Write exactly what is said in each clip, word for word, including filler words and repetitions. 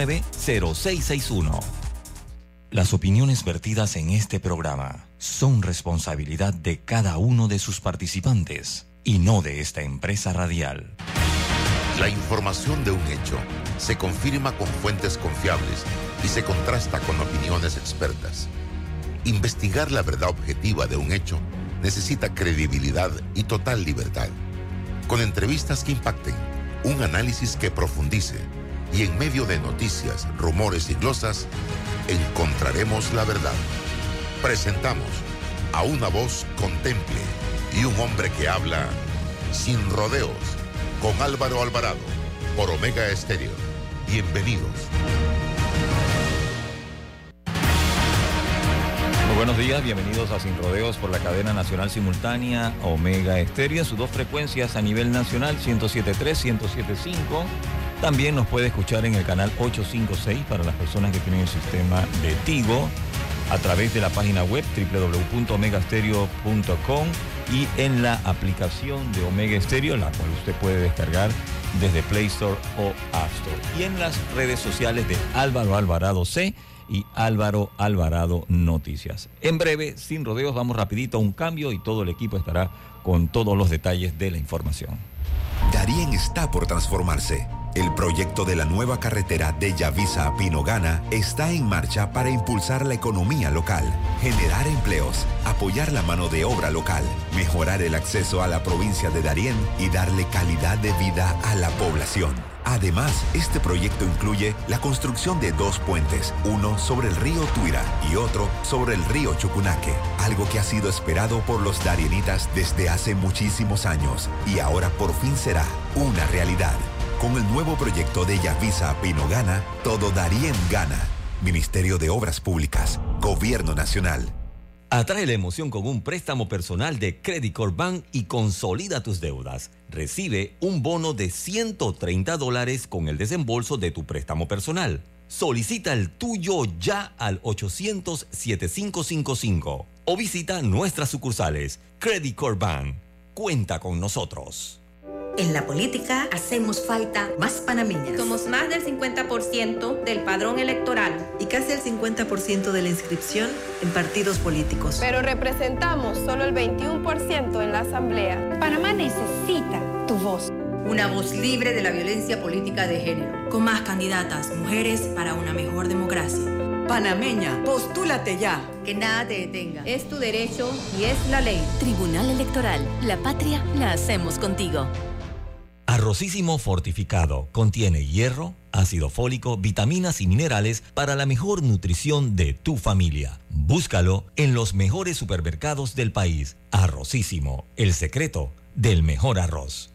nueve, cero seis seis uno. Las opiniones vertidas en este programa son responsabilidad de cada uno de sus participantes y no de esta empresa radial. La información de un hecho se confirma con fuentes confiables y se contrasta con opiniones expertas. Investigar la verdad objetiva de un hecho necesita credibilidad y total libertad. Con entrevistas que impacten, un análisis que profundice y en medio de noticias, rumores y glosas, encontraremos la verdad. Presentamos a una voz contemple y un hombre que habla sin rodeos, con Álvaro Alvarado, por Omega Estéreo. Bienvenidos. Muy buenos días, bienvenidos a Sin Rodeos por la cadena nacional simultánea Omega Estéreo en sus dos frecuencias a nivel nacional, ciento siete punto tres, ciento siete punto cinco. También nos puede escuchar en el canal ochocientos cincuenta y seis para las personas que tienen el sistema de Tigo, a través de la página web doble u doble u doble u punto omega stereo punto com y en la aplicación de Omega Estéreo, la cual usted puede descargar desde Play Store o App Store. Y en las redes sociales de Álvaro Alvarado C y Álvaro Alvarado Noticias. En breve, sin rodeos, vamos rapidito a un cambio y todo el equipo estará con todos los detalles de la información. Darién está por transformarse. El proyecto de la nueva carretera de Yavisa a Pinogana está en marcha para impulsar la economía local, generar empleos, apoyar la mano de obra local, mejorar el acceso a la provincia de Darién y darle calidad de vida a la población. Además, este proyecto incluye la construcción de dos puentes, uno sobre el río Tuira y otro sobre el río Chucunaque, algo que ha sido esperado por los darienitas desde hace muchísimos años y ahora por fin será una realidad. Con el nuevo proyecto de Yavisa a Pinogana, todo Darién gana. Ministerio de Obras Públicas, Gobierno Nacional. Atrae la emoción con un préstamo personal de Credit Corp Bank y consolida tus deudas. Recibe un bono de ciento treinta dólares con el desembolso de tu préstamo personal. Solicita el tuyo ya al ochocientos, setenta y cinco cincuenta y cinco o visita nuestras sucursales. Credit Corp Bank. Cuenta con nosotros. En la política hacemos falta más panameñas. Somos más del cincuenta por ciento del padrón electoral. Y casi el cincuenta por ciento de la inscripción en partidos políticos. Pero representamos solo el veintiuno por ciento en la asamblea. Panamá necesita tu voz. Una voz libre de la violencia política de género. Con más candidatas mujeres para una mejor democracia. Panameña, postúlate ya. Que nada te detenga. Es tu derecho y es la ley. Tribunal Electoral. La patria la hacemos contigo. Arrocísimo fortificado contiene hierro, ácido fólico, vitaminas y minerales para la mejor nutrición de tu familia. Búscalo en los mejores supermercados del país. Arrocísimo, el secreto del mejor arroz.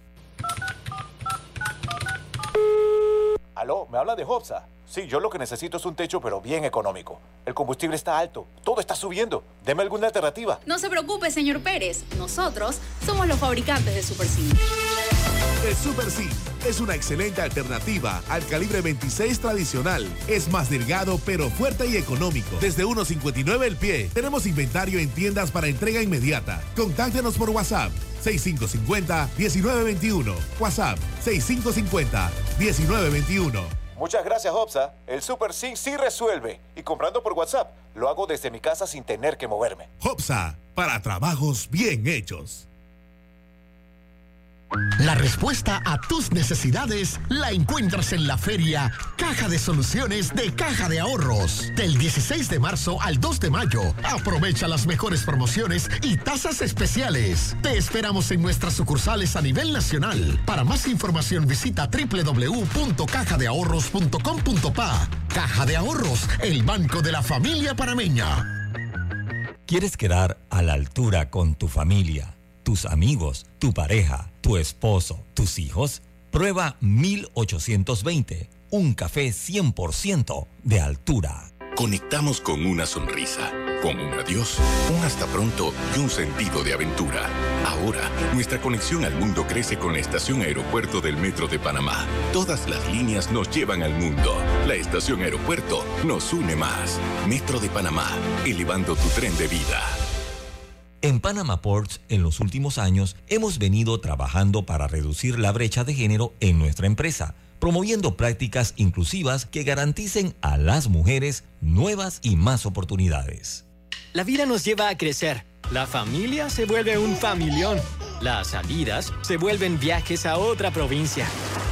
Aló, ¿me habla de Hopsa? Sí, yo lo que necesito es un techo, pero bien económico. El combustible está alto, todo está subiendo. Deme alguna alternativa. No se preocupe, señor Pérez. Nosotros somos los fabricantes de Super Zinc. El Super Zinc es una excelente alternativa al calibre veintiséis tradicional. Es más delgado, pero fuerte y económico. Desde uno cincuenta y nueve el pie. Tenemos inventario en tiendas para entrega inmediata. Contáctenos por WhatsApp seis cinco cinco cero, uno nueve dos uno. WhatsApp seis cinco cinco cero, uno nueve dos uno. Muchas gracias, Hopsa. El Super Zinc sí resuelve. Y comprando por WhatsApp, lo hago desde mi casa sin tener que moverme. Hopsa, para trabajos bien hechos. La respuesta a tus necesidades la encuentras en la feria Caja de Soluciones de Caja de Ahorros. Del dieciséis de marzo al dos de mayo. Aprovecha las mejores promociones y tasas especiales. Te esperamos en nuestras sucursales a nivel nacional. Para más información visita doble u doble u doble u punto caja de ahorros punto com punto pa. Caja de Ahorros, el banco de la familia panameña. ¿Quieres quedar a la altura con tu familia, tus amigos, tu pareja, tu esposo, tus hijos? Prueba mil ochocientos veinte, un café cien por ciento de altura. Conectamos con una sonrisa, con un adiós, un hasta pronto y un sentido de aventura. Ahora, nuestra conexión al mundo crece con la estación aeropuerto del Metro de Panamá. Todas las líneas nos llevan al mundo. La estación aeropuerto nos une más. Metro de Panamá, elevando tu tren de vida. En Panama Ports, en los últimos años, hemos venido trabajando para reducir la brecha de género en nuestra empresa, promoviendo prácticas inclusivas que garanticen a las mujeres nuevas y más oportunidades. La vida nos lleva a crecer. La familia se vuelve un familión. Las salidas se vuelven viajes a otra provincia.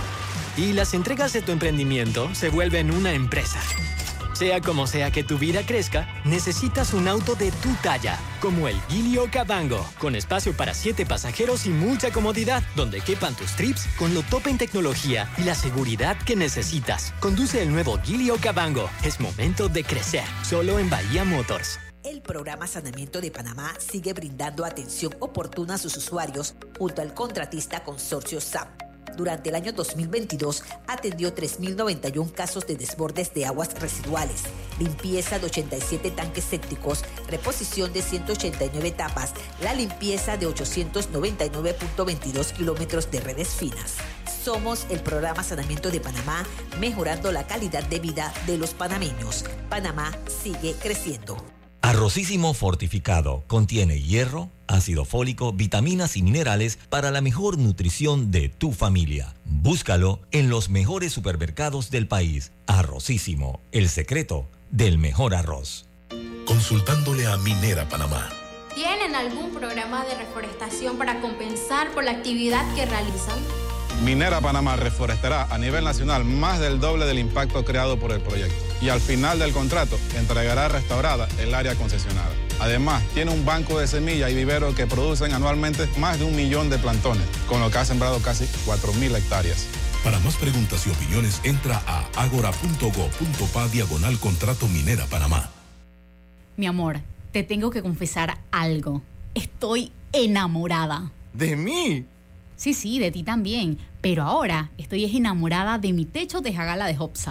Y las entregas de tu emprendimiento se vuelven una empresa. Sea como sea que tu vida crezca, necesitas un auto de tu talla, como el Gilio Cabango, con espacio para siete pasajeros y mucha comodidad, donde quepan tus trips con lo top en tecnología y la seguridad que necesitas. Conduce el nuevo Gilio Cabango. Es momento de crecer, solo en Bahía Motors. El programa Sanamiento de Panamá sigue brindando atención oportuna a sus usuarios junto al contratista Consorcio S A M. Durante el año dos mil veintidós atendió tres mil noventa y uno casos de desbordes de aguas residuales, limpieza de ochenta y siete tanques sépticos, reposición de ciento ochenta y nueve tapas, la limpieza de ochocientos noventa y nueve punto veintidós kilómetros de redes finas. Somos el programa Sanamiento de Panamá, mejorando la calidad de vida de los panameños. Panamá sigue creciendo. Arrocísimo fortificado contiene hierro, ácido fólico, vitaminas y minerales para la mejor nutrición de tu familia. Búscalo en los mejores supermercados del país. Arrocísimo, el secreto del mejor arroz. Consultándole a Minera Panamá. ¿Tienen algún programa de reforestación para compensar por la actividad que realizan? Minera Panamá reforestará a nivel nacional más del doble del impacto creado por el proyecto. Y al final del contrato entregará restaurada el área concesionada. Además, tiene un banco de semillas y viveros que producen anualmente más de un millón de plantones, con lo que ha sembrado casi cuatro mil hectáreas. Para más preguntas y opiniones, entra a agora.go.pa diagonal contrato Minera Panamá. Mi amor, te tengo que confesar algo. Estoy enamorada. ¿De mí? Sí, sí, de ti también. Pero ahora estoy enamorada de mi techo Tejagala de Hopsa.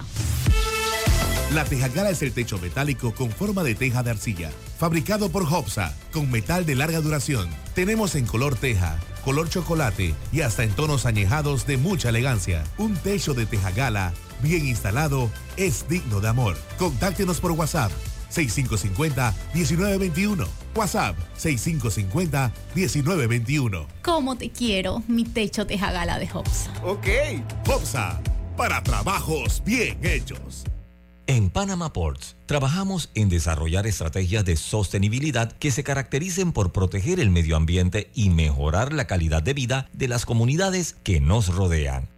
La Tejagala es el techo metálico con forma de teja de arcilla, fabricado por Hopsa, con metal de larga duración. Tenemos en color teja, color chocolate y hasta en tonos añejados de mucha elegancia. Un techo de Tejagala bien instalado es digno de amor. Contáctenos por WhatsApp seis cinco cinco cero, uno nueve dos uno. WhatsApp seis cinco cinco cero, uno nueve dos uno. ¿Cómo te quiero, mi techo Tejagala de Hopsa? Ok. Hopsa, para trabajos bien hechos. En Panama Ports, trabajamos en desarrollar estrategias de sostenibilidad que se caractericen por proteger el medio ambiente y mejorar la calidad de vida de las comunidades que nos rodean.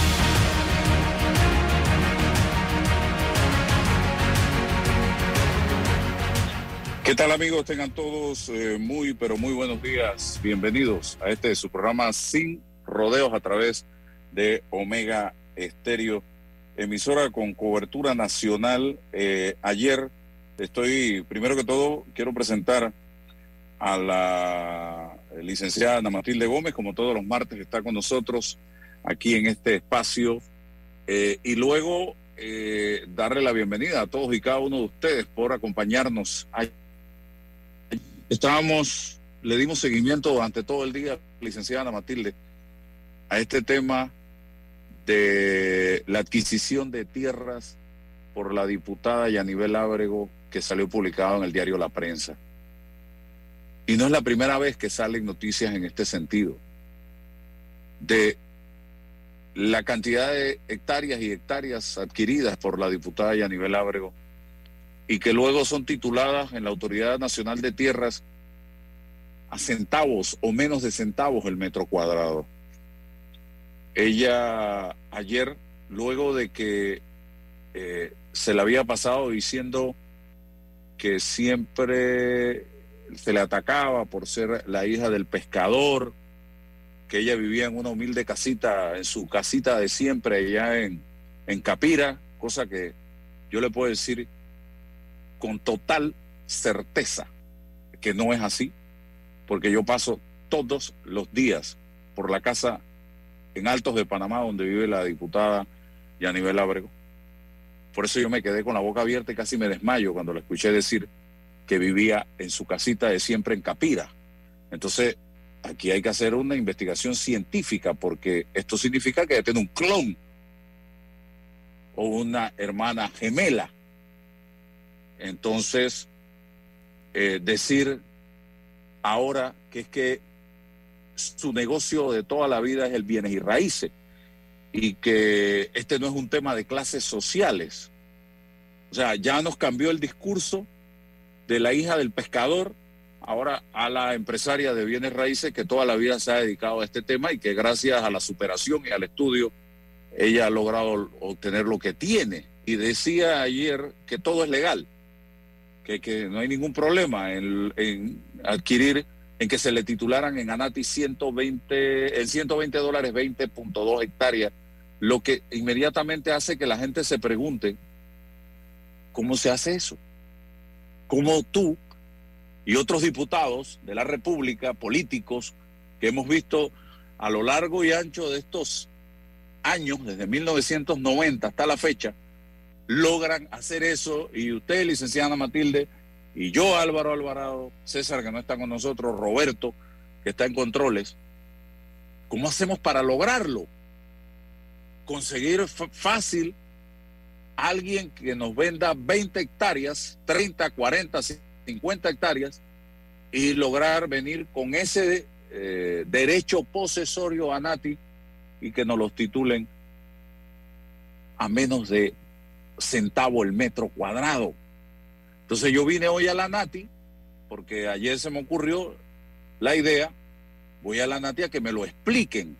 ¿Qué tal, amigos? Tengan todos eh, muy, pero muy buenos días. Bienvenidos a este su programa Sin Rodeos a través de Omega Estéreo, emisora con cobertura nacional. Eh, ayer estoy, primero que todo, quiero presentar a la licenciada Ana Matilde Gómez, como todos los martes está con nosotros aquí en este espacio, eh, y luego eh, darle la bienvenida a todos y cada uno de ustedes por acompañarnos. Estábamos, le dimos seguimiento durante todo el día, licenciada Ana Matilde, a este tema de la adquisición de tierras por la diputada Yanibel Ábrego, que salió publicado en el diario La Prensa. Y no es la primera vez que salen noticias en este sentido, de la cantidad de hectáreas y hectáreas adquiridas por la diputada Yanibel Ábrego y que luego son tituladas en la Autoridad Nacional de Tierras a centavos o menos de centavos el metro cuadrado. Ella ayer, luego de que eh, se le había pasado diciendo que siempre se le atacaba por ser la hija del pescador, que ella vivía en una humilde casita, en su casita de siempre allá en, en Capira, cosa que yo le puedo decir con total certeza que no es así, porque yo paso todos los días por la casa en Altos de Panamá donde vive la diputada Yanibel Ábrego. Por eso yo me quedé con la boca abierta y casi me desmayo cuando le escuché decir que vivía en su casita de siempre en Capira. Entonces, aquí hay que hacer una investigación científica, porque esto significa que tiene un clon o una hermana gemela. Entonces, eh, decir ahora que es que su negocio de toda la vida es el bienes y raíces, y que este no es un tema de clases sociales. O sea, ya nos cambió el discurso de la hija del pescador ahora a la empresaria de bienes raíces que toda la vida se ha dedicado a este tema y que gracias a la superación y al estudio ella ha logrado obtener lo que tiene. Y decía ayer que todo es legal, que, que no hay ningún problema en, en adquirir, en que se le titularan en ANATI ciento veinte, en ciento veinte dólares, veinte punto dos hectáreas, lo que inmediatamente hace que la gente se pregunte, ¿cómo se hace eso? ¿Cómo tú y otros diputados de la República, políticos, que hemos visto a lo largo y ancho de estos años, desde mil novecientos noventa hasta la fecha, logran hacer eso? Y usted, licenciada Matilde, y yo, Álvaro Alvarado, César, que no está con nosotros, Roberto, que está en controles, ¿cómo hacemos para lograrlo? Conseguir fácil alguien que nos venda veinte hectáreas, treinta, cuarenta, cincuenta hectáreas, y lograr venir con ese eh, derecho posesorio a ANATI y que nos los titulen a menos de centavo el metro cuadrado. Entonces yo vine hoy a la ANATI porque ayer se me ocurrió la idea, voy a la ANATI a que me lo expliquen,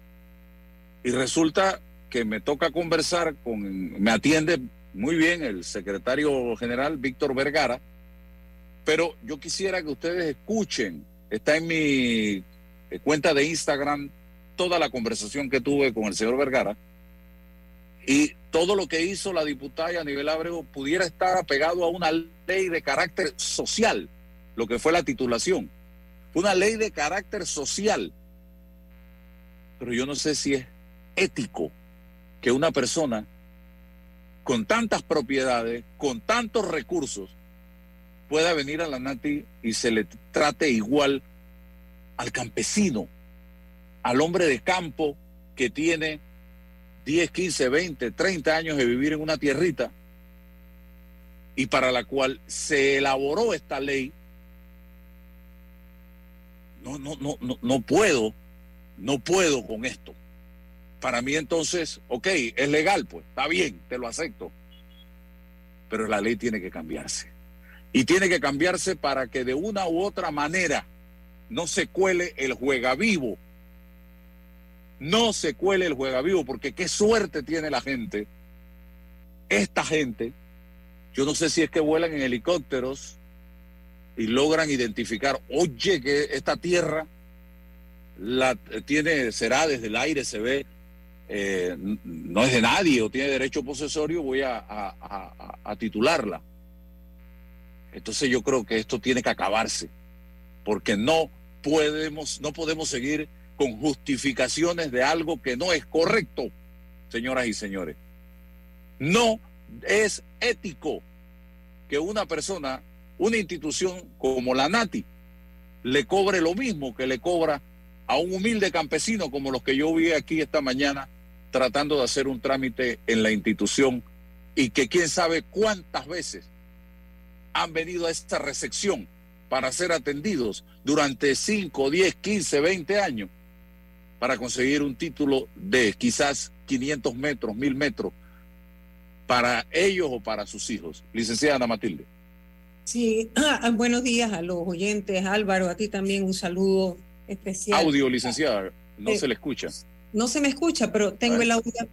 y resulta que me toca conversar con, me atiende muy bien el secretario general Víctor Vergara, pero yo quisiera que ustedes escuchen, está en mi cuenta de Instagram toda la conversación que tuve con el señor Vergara, y todo lo que hizo la diputada Yanivel Ábrego pudiera estar apegado a una ley de carácter social, lo que fue la titulación, una ley de carácter social, pero yo no sé si es ético que una persona con tantas propiedades, con tantos recursos, pueda venir a la ANATI y se le trate igual al campesino, al hombre de campo que tiene diez, quince, veinte, treinta años de vivir en una tierrita y para la cual se elaboró esta ley. No, no, no, no, no puedo, no puedo con esto. Para mí entonces, ok, es legal, pues, está bien, te lo acepto. Pero la ley tiene que cambiarse. Y tiene que cambiarse para que de una u otra manera no se cuele el juegavivo. No se cuele el juegavivo, porque qué suerte tiene la gente. Esta gente, yo no sé si es que vuelan en helicópteros y logran identificar, oye, que esta tierra la tiene, será desde el aire, se ve, eh, no es de nadie o tiene derecho posesorio, voy a, a, a, a titularla. Entonces yo creo que esto tiene que acabarse, porque no podemos, no podemos seguir con justificaciones de algo que no es correcto, señoras y señores. No es ético que una persona, una institución como la ANATI, le cobre lo mismo que le cobra a un humilde campesino como los que yo vi aquí esta mañana tratando de hacer un trámite en la institución, y que quién sabe cuántas veces han venido a esta recepción para ser atendidos durante cinco, diez, quince, veinte años para conseguir un título de quizás quinientos metros, mil metros para ellos o para sus hijos. Licenciada Ana Matilde. Sí, buenos días a los oyentes. Álvaro, a ti también un saludo especial. Audio, licenciada, no eh, se le escucha. No se me escucha, pero tengo el audio.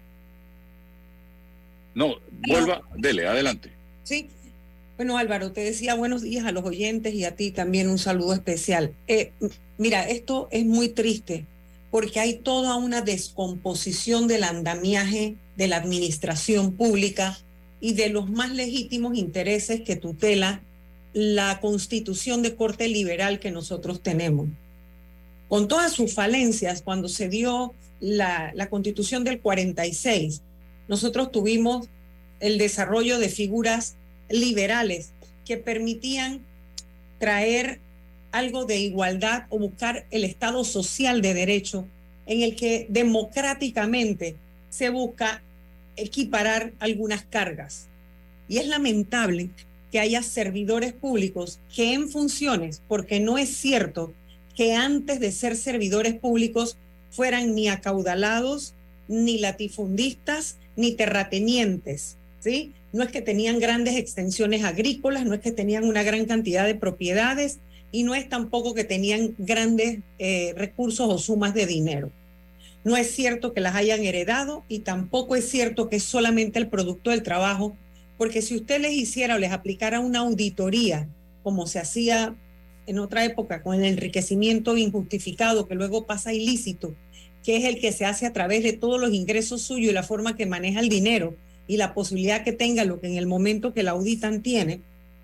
No, vuelva, dele, adelante. Sí. Bueno, Álvaro, te decía buenos días a los oyentes y a ti también un saludo especial. Eh, mira, esto es muy triste porque hay toda una descomposición del andamiaje de la administración pública y de los más legítimos intereses que tutela la constitución de corte liberal que nosotros tenemos. Con todas sus falencias, cuando se dio la, la constitución del cuarenta y seis, nosotros tuvimos el desarrollo de figuras liberales que permitían traer algo de igualdad o buscar el estado social de derecho en el que democráticamente se busca equiparar algunas cargas. Y es lamentable que haya servidores públicos que en funciones, porque no es cierto que antes de ser servidores públicos fueran ni acaudalados, ni latifundistas, ni terratenientes, ¿sí? No es que tenían grandes extensiones agrícolas, no es que tenían una gran cantidad de propiedades y no es tampoco que tenían grandes eh, recursos o sumas de dinero. No es cierto que las hayan heredado y tampoco es cierto que es solamente el producto del trabajo, porque si usted les hiciera o les aplicara una auditoría, como se hacía en otra época con el enriquecimiento injustificado que luego pasa ilícito, que es el que se hace a través de todos los ingresos suyos y la forma que maneja el dinero y la posibilidad que tenga lo que en el momento que la auditan tiene,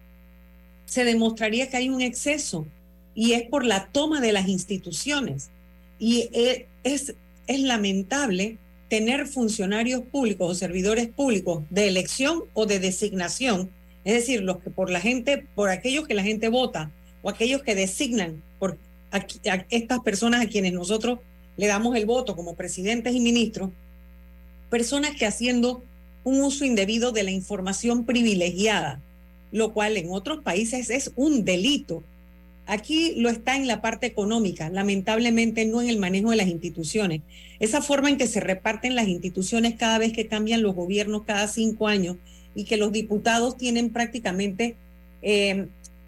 se demostraría que hay un exceso y es por la toma de las instituciones. Y es, es, es lamentable tener funcionarios públicos o servidores públicos de elección o de designación, es decir, los que por la gente, por aquellos que la gente vota o aquellos que designan por a, a estas personas a quienes nosotros le damos el voto como presidentes y ministros, personas que haciendo un uso indebido de la información privilegiada, lo cual en otros países es un delito. Aquí lo está en la parte económica, lamentablemente no en el manejo de las instituciones. Esa forma en que se reparten las instituciones cada vez que cambian los gobiernos cada cinco años y que los diputados tienen prácticamente eh,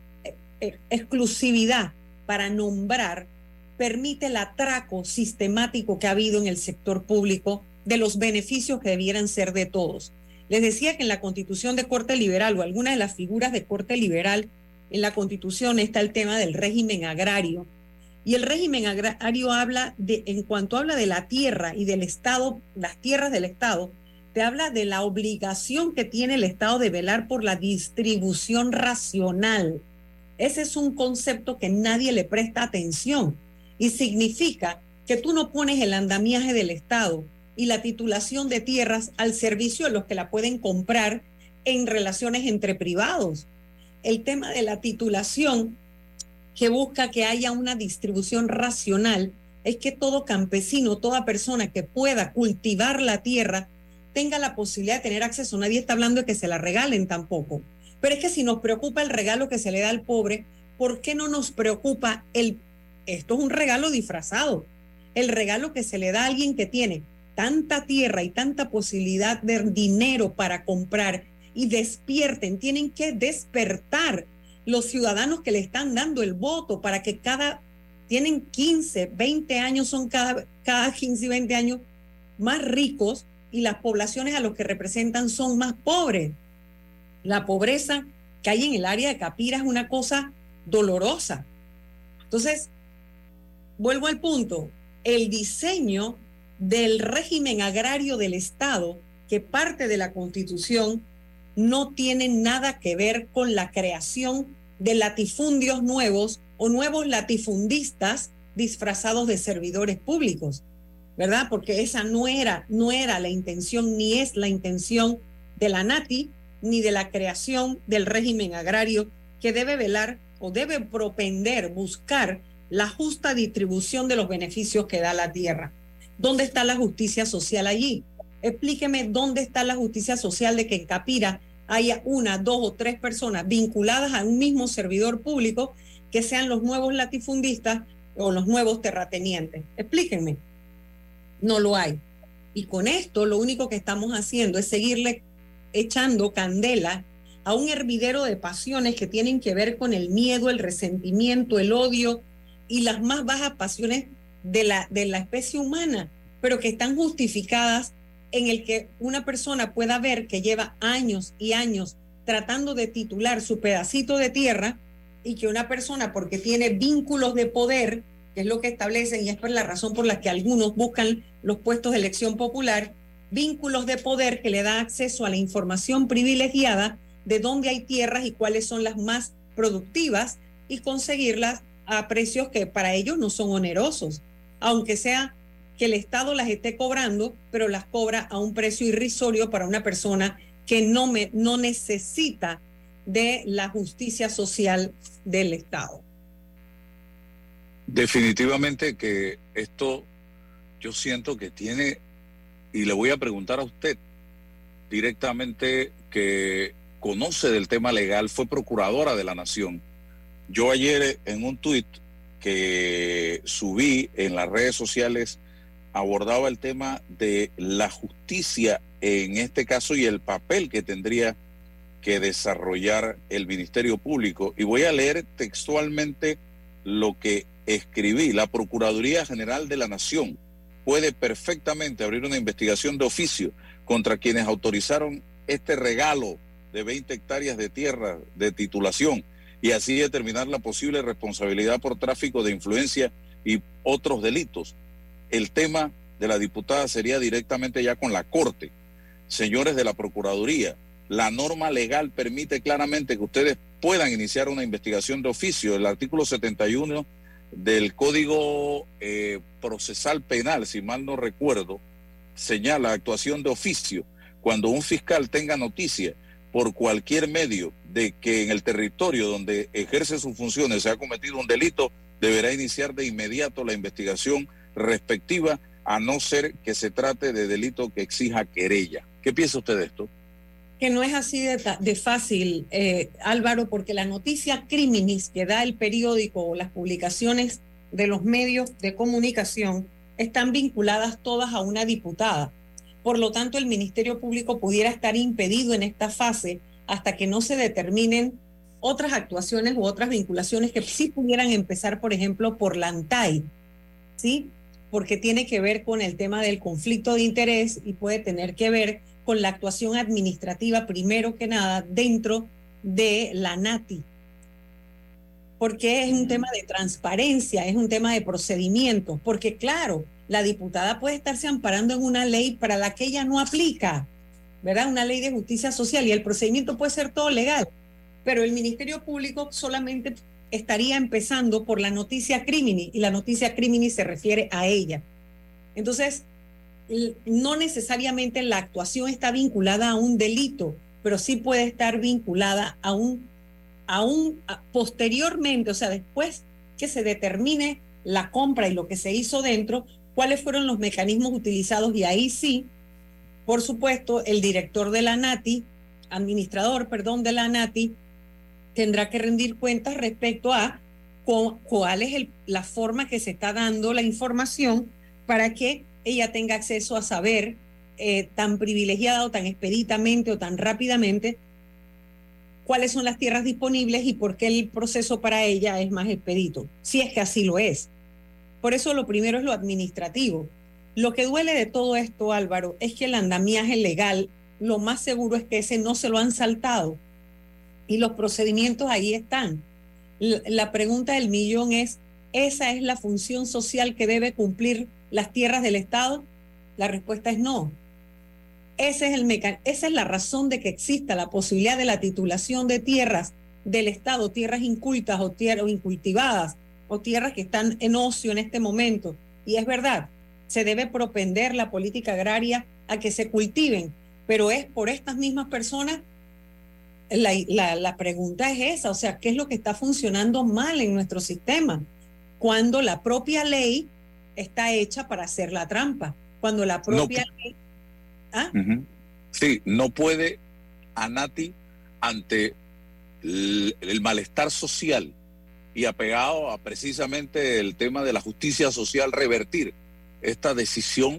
eh, exclusividad para nombrar, permite el atraco sistemático que ha habido en el sector público de los beneficios que debieran ser de todos. Les decía que en la Constitución de corte liberal o algunas de las figuras de corte liberal en la Constitución está el tema del régimen agrario. Y el régimen agrario habla de, en cuanto habla de la tierra y del Estado, las tierras del Estado, te habla de la obligación que tiene el Estado de velar por la distribución racional. Ese es un concepto que nadie le presta atención y significa que tú no pones el andamiaje del Estado y la titulación de tierras al servicio de los que la pueden comprar en relaciones entre privados. El tema de la titulación que busca que haya una distribución racional es que todo campesino, toda persona que pueda cultivar la tierra tenga la posibilidad de tener acceso. Nadie está hablando de que se la regalen tampoco. Pero es que si nos preocupa el regalo que se le da al pobre, ¿por qué no nos preocupa el... Esto es un regalo disfrazado. El regalo que se le da a alguien que tiene tanta tierra y tanta posibilidad de dinero para comprar y despierten, tienen que despertar los ciudadanos que le están dando el voto para que cada, tienen quince, veinte años, son cada, cada quince y veinte años más ricos y las poblaciones a los que representan son más pobres. La pobreza que hay en el área de Capira es una cosa dolorosa. Entonces, vuelvo al punto, el diseño del régimen agrario del Estado, que parte de la Constitución, no tiene nada que ver con la creación de latifundios nuevos o nuevos latifundistas disfrazados de servidores públicos, ¿verdad? Porque esa no era, no era la intención, ni es la intención de la NATI, ni de la creación del régimen agrario, que debe velar o debe propender, buscar la justa distribución de los beneficios que da la tierra. ¿Dónde está la justicia social allí? Explíqueme dónde está la justicia social de que en Capira haya una, dos o tres personas vinculadas a un mismo servidor público que sean los nuevos latifundistas o los nuevos terratenientes. Explíquenme. No lo hay. Y con esto lo único que estamos haciendo es seguirle echando candela a un hervidero de pasiones que tienen que ver con el miedo, el resentimiento, el odio y las más bajas pasiones de la, de la especie humana, pero que están justificadas en el que una persona pueda ver que lleva años y años tratando de titular su pedacito de tierra y que una persona, porque tiene vínculos de poder, que es lo que establecen y es por la razón por la que algunos buscan los puestos de elección popular, vínculos de poder que le dan acceso a la información privilegiada de dónde hay tierras y cuáles son las más productivas y conseguirlas a precios que para ellos no son onerosos, aunque sea que el Estado las esté cobrando, pero las cobra a un precio irrisorio para una persona que no, me, no necesita de la justicia social del Estado. Definitivamente que esto yo siento que tiene, y le voy a preguntar a usted directamente, que conoce del tema legal, fue procuradora de la Nación. Yo ayer en un tuit que subí en las redes sociales abordaba el tema de la justicia en este caso y el papel que tendría que desarrollar el Ministerio Público. Y voy a leer textualmente lo que escribí. La Procuraduría General de la Nación puede perfectamente abrir una investigación de oficio contra quienes autorizaron este regalo de veinte hectáreas de tierra de titulación y así determinar la posible responsabilidad por tráfico de influencia y otros delitos. El tema de la diputada sería directamente ya con la Corte. Señores de la Procuraduría, la norma legal permite claramente que ustedes puedan iniciar una investigación de oficio. El artículo setenta y uno del Código eh, Procesal Penal, si mal no recuerdo, señala actuación de oficio. Cuando un fiscal tenga noticia por cualquier medio de que en el territorio donde ejerce sus funciones se ha cometido un delito, deberá iniciar de inmediato la investigación respectiva, a no ser que se trate de delito que exija querella. ¿Qué piensa usted de esto? Que no es así de, de fácil, eh, Álvaro, porque la noticia criminis que da el periódico o las publicaciones de los medios de comunicación están vinculadas todas a una diputada. Por lo tanto, el Ministerio Público pudiera estar impedido en esta fase hasta que no se determinen otras actuaciones u otras vinculaciones que sí pudieran empezar, por ejemplo, por la ANTAI, ¿sí? Porque tiene que ver con el tema del conflicto de interés y puede tener que ver con la actuación administrativa, primero que nada, dentro de la NATI. Porque es un tema de transparencia, es un tema de procedimientos, porque claro, la diputada puede estarse amparando en una ley para la que ella no aplica, ¿verdad? Una ley de justicia social y el procedimiento puede ser todo legal, pero el Ministerio Público solamente estaría empezando por la noticia crimini y la noticia crimini se refiere a ella. Entonces, no necesariamente la actuación está vinculada a un delito, pero sí puede estar vinculada a un, a un a, posteriormente, o sea, después que se determine la compra y lo que se hizo dentro, cuáles fueron los mecanismos utilizados y ahí sí, por supuesto, el director de la NATI, administrador, perdón, de la NATI, tendrá que rendir cuentas respecto a cu cuál es el, la forma que se está dando la información para que ella tenga acceso a saber eh, tan privilegiada o tan expeditamente o tan rápidamente cuáles son las tierras disponibles y por qué el proceso para ella es más expedito, si es que así lo es. Por eso lo primero es lo administrativo. Lo que duele de todo esto, Álvaro, es que el andamiaje legal, lo más seguro es que ese no se lo han saltado y los procedimientos ahí están. La, la pregunta del millón es, ¿esa es la función social que debe cumplir las tierras del Estado? La respuesta es no. Ese es el mecan- esa es la razón de que exista la posibilidad de la titulación de tierras del Estado, tierras incultas o tierras incultivadas o tierras que están en ocio en este momento. Y es verdad, se debe propender la política agraria a que se cultiven, pero es por estas mismas personas. La, la, la pregunta es esa, o sea, ¿qué es lo que está funcionando mal en nuestro sistema? Cuando la propia ley está hecha para hacer la trampa, cuando la propia no, ley... ¿Ah? Uh-huh. Sí, no puede ANATI ante el, el malestar social y apegado a precisamente el tema de la justicia social revertir esta decisión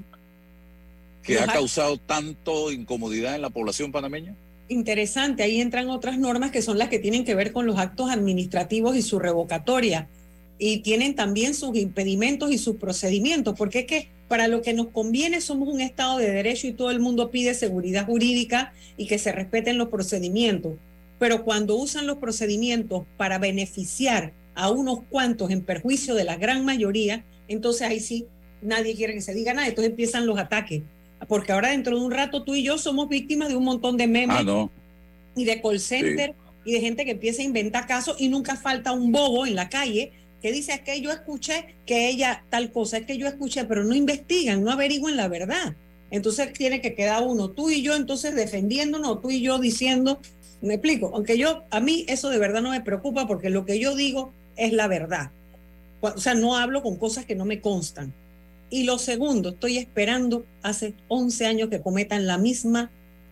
que Los ha causado tanto incomodidad en la población panameña. Interesante, ahí entran otras normas que son las que tienen que ver con los actos administrativos y su revocatoria. Y tienen también sus impedimentos y sus procedimientos, porque es que para lo que nos conviene somos un Estado de Derecho y todo el mundo pide seguridad jurídica y que se respeten los procedimientos. Pero cuando usan los procedimientos para beneficiar a unos cuantos en perjuicio de la gran mayoría, entonces ahí sí nadie quiere que se diga nada, entonces empiezan los ataques. Porque ahora dentro de un rato tú y yo somos víctimas de un montón de memes ah, no. y de call center sí. y de gente que empieza a inventar casos y nunca falta un bobo en la calle que dice, es que yo escuché que ella tal cosa, es que yo escuché, pero no investigan, no averiguan la verdad. Entonces tiene que quedar uno, tú y yo entonces defendiéndonos, tú y yo diciendo, me explico, aunque yo, a mí eso de verdad no me preocupa porque lo que yo digo es la verdad. O sea, no hablo con cosas que no me constan. Y lo segundo, estoy esperando hace once años que cometan la misma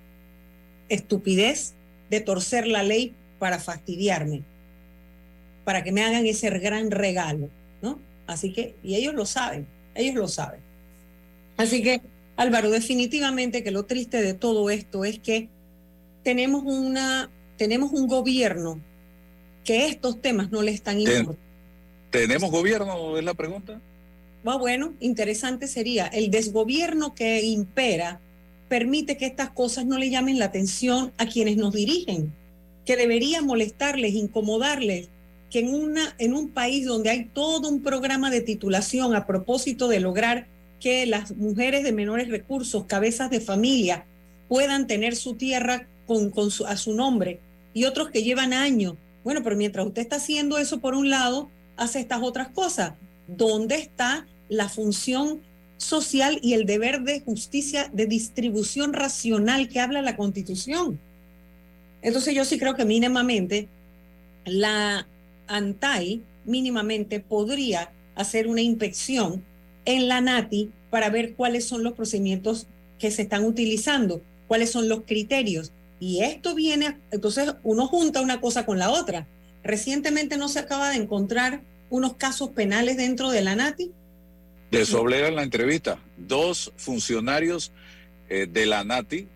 estupidez de torcer la ley para fastidiarme, para que me hagan ese gran regalo, ¿no? Así que, y ellos lo saben, ellos lo saben. Así que, Álvaro, definitivamente que lo triste de todo esto es que tenemos una, tenemos un gobierno que estos temas no le están importando. ¿Tenemos gobierno? Es la pregunta. Ah, bueno, interesante sería, el desgobierno que impera permite que estas cosas no le llamen la atención a quienes nos dirigen, que debería molestarles, incomodarles, que en, una, en un país donde hay todo un programa de titulación a propósito de lograr que las mujeres de menores recursos, cabezas de familia, puedan tener su tierra con, con su, a su nombre, y otros que llevan años. Bueno, pero mientras usted está haciendo eso por un lado, hace estas otras cosas. ¿Dónde está la función social y el deber de justicia, de distribución racional que habla la Constitución? Entonces yo sí creo que mínimamente la ANTAI mínimamente podría hacer una inspección en la NATI para ver cuáles son los procedimientos que se están utilizando, cuáles son los criterios. Y esto viene, entonces uno junta una cosa con la otra. Recientemente no se acaba de encontrar unos casos penales dentro de la NATI. De eso hablé en la entrevista. Dos funcionarios eh, de la NATI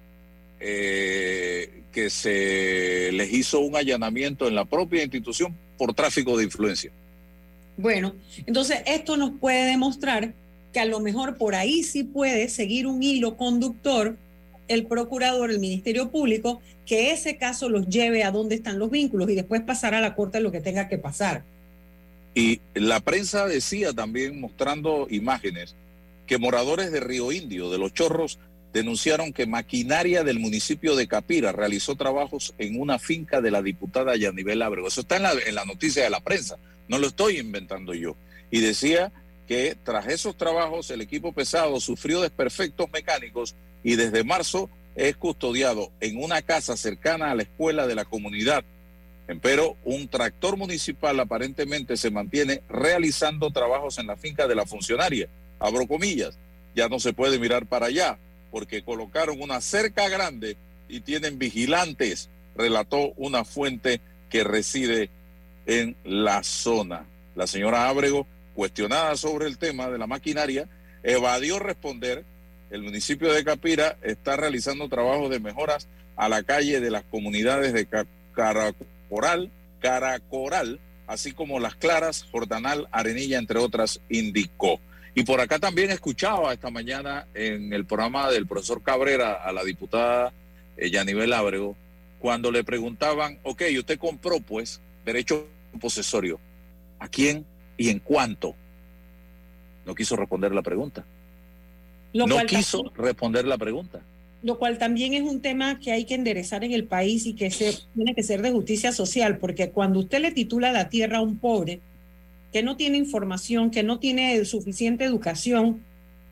eh, que se les hizo un allanamiento en la propia institución por tráfico de influencia. Bueno, entonces esto nos puede demostrar que a lo mejor por ahí sí puede seguir un hilo conductor el procurador, el Ministerio Público, que ese caso los lleve a donde están los vínculos y después pasar a la corte lo que tenga que pasar. Y la prensa decía también, mostrando imágenes, que moradores de Río Indio, de Los Chorros, denunciaron que maquinaria del municipio de Capira realizó trabajos en una finca de la diputada Yanibel Ábrego. Eso está en la, en la noticia de la prensa, no lo estoy inventando yo. Y decía que tras esos trabajos el equipo pesado sufrió desperfectos mecánicos y desde marzo es custodiado en una casa cercana a la escuela de la comunidad. Pero un tractor municipal aparentemente se mantiene realizando trabajos en la finca de la funcionaria. Abro comillas, ya no se puede mirar para allá porque colocaron una cerca grande y tienen vigilantes, relató una fuente que reside en la zona. La señora Ábrego, cuestionada sobre el tema de la maquinaria, evadió responder. El municipio de Capira está realizando trabajos de mejoras a la calle de las comunidades de Caracoral, Caracoral, así como Las Claras, Jordanal, Arenilla, entre otras, indicó. Y por acá también escuchaba esta mañana en el programa del profesor Cabrera a la diputada eh, Yanibel Ábrego, cuando le preguntaban, ok, usted compró pues derecho posesorio, ¿a quién y en cuánto? No quiso responder la pregunta. Lo no quiso también, responder la pregunta. Lo cual también es un tema que hay que enderezar en el país y que se, tiene que ser de justicia social, porque cuando usted le titula la tierra a un pobre que no tiene información, que no tiene suficiente educación,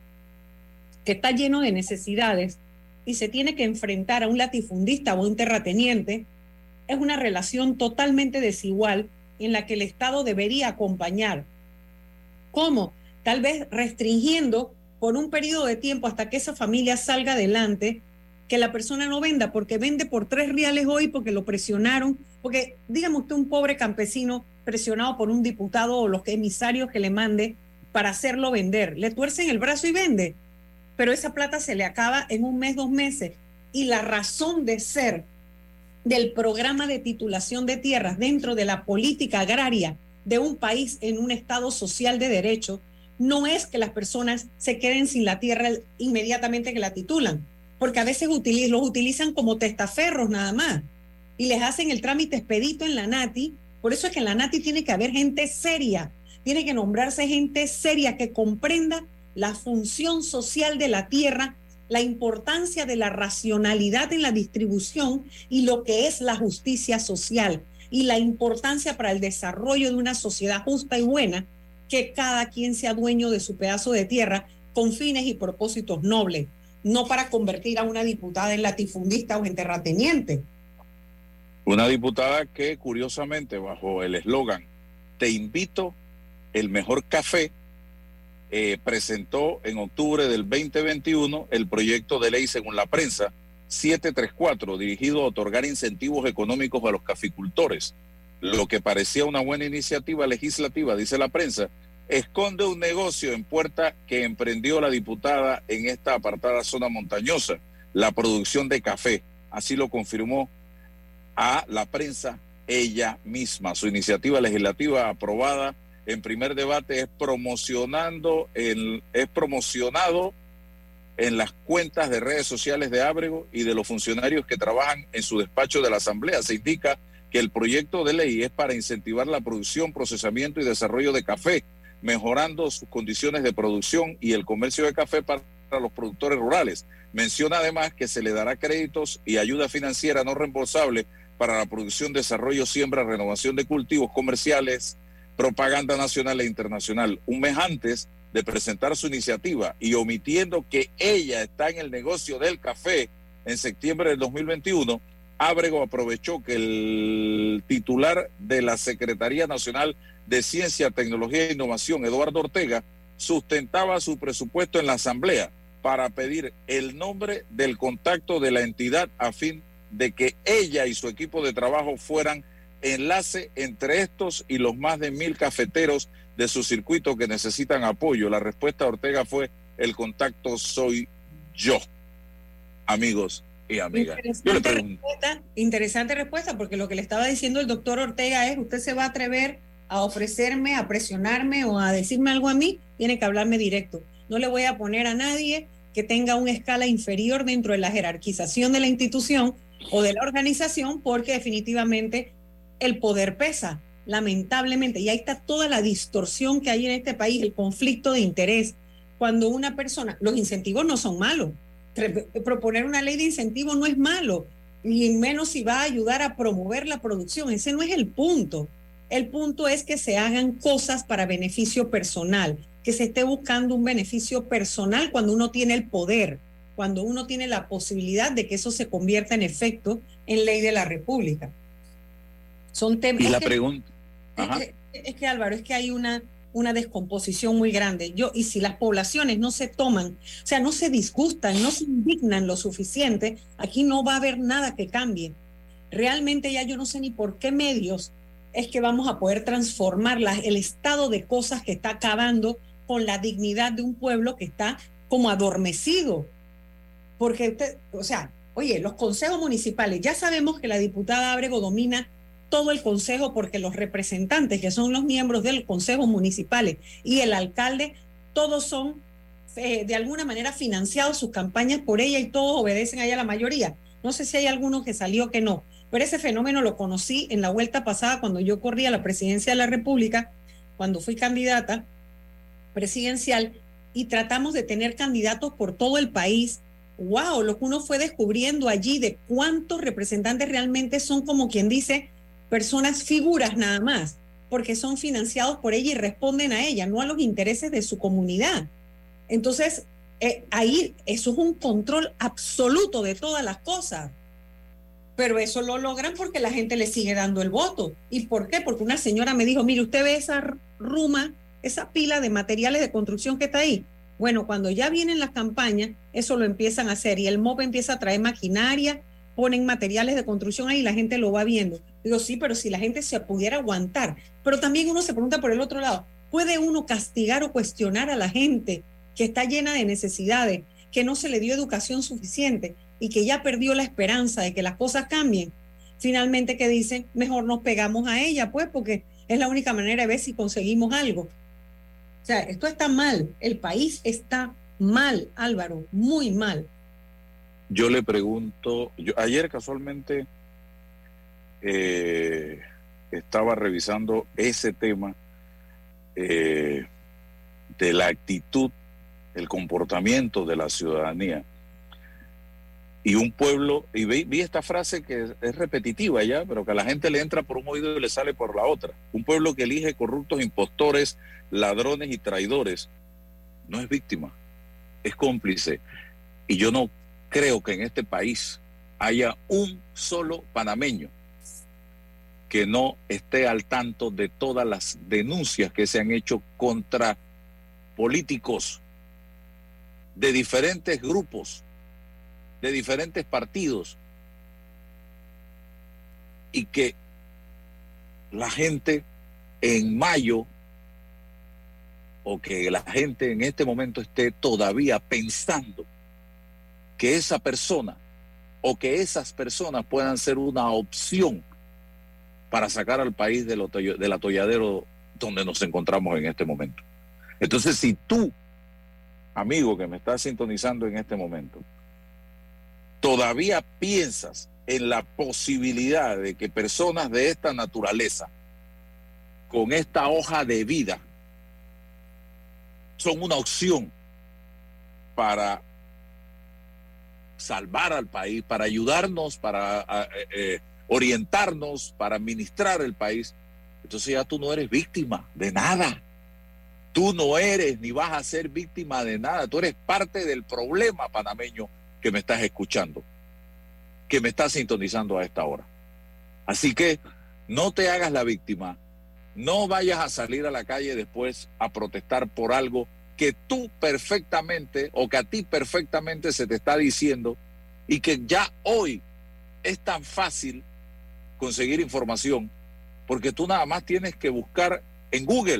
que está lleno de necesidades y se tiene que enfrentar a un latifundista o un terrateniente, es una relación totalmente desigual en la que el Estado debería acompañar. ¿Cómo? Tal vez restringiendo por un periodo de tiempo hasta que esa familia salga adelante, que la persona no venda, porque vende por tres reales hoy porque lo presionaron, porque dígame usted un pobre campesino presionado por un diputado o los emisarios que le mande para hacerlo vender, le tuercen el brazo y vende, pero esa plata se le acaba en un mes, dos meses, y la razón de ser del programa de titulación de tierras dentro de la política agraria de un país en un estado social de derecho no es que las personas se queden sin la tierra inmediatamente que la titulan, porque a veces utiliz- los utilizan como testaferros nada más y les hacen el trámite expedito en la NATI. Por eso es que en la NATI tiene que haber gente seria, tiene que nombrarse gente seria que comprenda la función social de la tierra, la importancia de la racionalidad en la distribución y lo que es la justicia social y la importancia para el desarrollo de una sociedad justa y buena, que cada quien sea dueño de su pedazo de tierra con fines y propósitos nobles, no para convertir a una diputada en latifundista o en terrateniente. Una diputada que curiosamente bajo el eslogan "Te invito el mejor café", eh, presentó en octubre del veinte veintiuno el proyecto de ley, según la prensa, setecientos treinta y cuatro, dirigido a otorgar incentivos económicos a los caficultores. Lo que parecía una buena iniciativa legislativa, dice la prensa, esconde un negocio en puerta que emprendió la diputada en esta apartada zona montañosa, la producción de café. Así lo confirmó a la prensa ella misma. Su iniciativa legislativa aprobada en primer debate es promocionando el, es promocionado en las cuentas de redes sociales de Ábrego y de los funcionarios que trabajan en su despacho de la Asamblea. Se indica que el proyecto de ley es para incentivar la producción, procesamiento y desarrollo de café, mejorando sus condiciones de producción y el comercio de café para los productores rurales. Menciona además que se le dará créditos y ayuda financiera no reembolsable para la producción, desarrollo, siembra, renovación de cultivos comerciales, propaganda nacional e internacional. Un mes antes de presentar su iniciativa y omitiendo que ella está en el negocio del café en septiembre del dos mil veintiuno, Ábrego aprovechó que el titular de la Secretaría Nacional de Ciencia, Tecnología e Innovación, Eduardo Ortega, sustentaba su presupuesto en la Asamblea para pedir el nombre del contacto de la entidad a fin de que ella y su equipo de trabajo fueran enlace entre estos y los más de mil cafeteros de su circuito que necesitan apoyo. La respuesta de Ortega fue: el contacto soy yo. Amigos y amigas. Yo le pregunto. Respuesta, interesante respuesta, porque lo que le estaba diciendo el doctor Ortega es: usted se va a atrever a ofrecerme, a presionarme o a decirme algo a mí, tiene que hablarme directo. No le voy a poner a nadie que tenga una escala inferior dentro de la jerarquización de la institución o de la organización, porque definitivamente el poder pesa, lamentablemente, y ahí está toda la distorsión que hay en este país, el conflicto de interés. Cuando una persona, los incentivos no son malos, proponer una ley de incentivos no es malo, y menos si va a ayudar a promover la producción. Ese no es el punto. El punto es que se hagan cosas para beneficio personal, que se esté buscando un beneficio personal cuando uno tiene el poder, cuando uno tiene la posibilidad de que eso se convierta en efecto en ley de la República. Son temas. Y la pregunta. Es que, es que Álvaro, es que hay una, una descomposición muy grande. Yo, y si las poblaciones no se toman, o sea, no se disgustan, no se indignan lo suficiente, aquí no va a haber nada que cambie. Realmente ya yo no sé ni por qué medios es que vamos a poder transformar la, el estado de cosas que está acabando con la dignidad de un pueblo que está como adormecido. Porque usted, o sea, oye, los consejos municipales, ya sabemos que la diputada Ábrego domina todo el consejo, porque los representantes, que son los miembros del consejo municipales, y el alcalde, todos son eh, de alguna manera financiados sus campañas por ella, y todos obedecen a ella, la mayoría. No sé si hay alguno que salió que no, pero ese fenómeno lo conocí en la vuelta pasada cuando yo corría a la presidencia de la República, cuando fui candidata presidencial, y tratamos de tener candidatos por todo el país. Wow, lo que uno fue descubriendo allí de cuántos representantes realmente son, como quien dice, personas figuras nada más, porque son financiados por ella y responden a ella, no a los intereses de su comunidad. Entonces, eh, ahí eso es un control absoluto de todas las cosas. Pero eso lo logran porque la gente le sigue dando el voto. ¿Y por qué? Porque una señora me dijo: mire, usted ve esa ruma, esa pila de materiales de construcción que está ahí. Bueno, cuando ya vienen las campañas, eso lo empiezan a hacer, y el M O P empieza a traer maquinaria, ponen materiales de construcción ahí y la gente lo va viendo. Digo, sí, pero si la gente se pudiera aguantar. Pero también uno se pregunta por el otro lado, ¿puede uno castigar o cuestionar a la gente que está llena de necesidades, que no se le dio educación suficiente y que ya perdió la esperanza de que las cosas cambien? Finalmente, ¿qué dicen? Mejor nos pegamos a ella, pues, porque es la única manera de ver si conseguimos algo. O sea, esto está mal. El país está mal, Álvaro, muy mal. Yo le pregunto, yo, ayer casualmente eh, estaba revisando ese tema eh, de la actitud, el comportamiento de la ciudadanía. Y un pueblo, y vi, vi esta frase que es, es repetitiva ya, pero que a la gente le entra por un oído y le sale por la otra. Un pueblo que elige corruptos, impostores, ladrones y traidores, no es víctima, es cómplice. Y yo no creo que en este país haya un solo panameño que no esté al tanto de todas las denuncias que se han hecho contra políticos de diferentes grupos, de diferentes partidos, y que la gente en mayo o que la gente en este momento esté todavía pensando que esa persona o que esas personas puedan ser una opción para sacar al país del, del atolladero donde nos encontramos en este momento. Entonces, si tú, amigo que me estás sintonizando en este momento, todavía piensas en la posibilidad de que personas de esta naturaleza, con esta hoja de vida, son una opción para salvar al país, para ayudarnos, para eh, orientarnos, para administrar el país, entonces ya tú no eres víctima de nada. Tú no eres ni vas a ser víctima de nada. Tú eres parte del problema panameño que me estás escuchando, que me estás sintonizando a esta hora. Así que no te hagas la víctima. No vayas a salir a la calle después a protestar por algo que tú perfectamente o que a ti perfectamente se te está diciendo y que ya hoy es tan fácil conseguir información porque tú nada más tienes que buscar en Google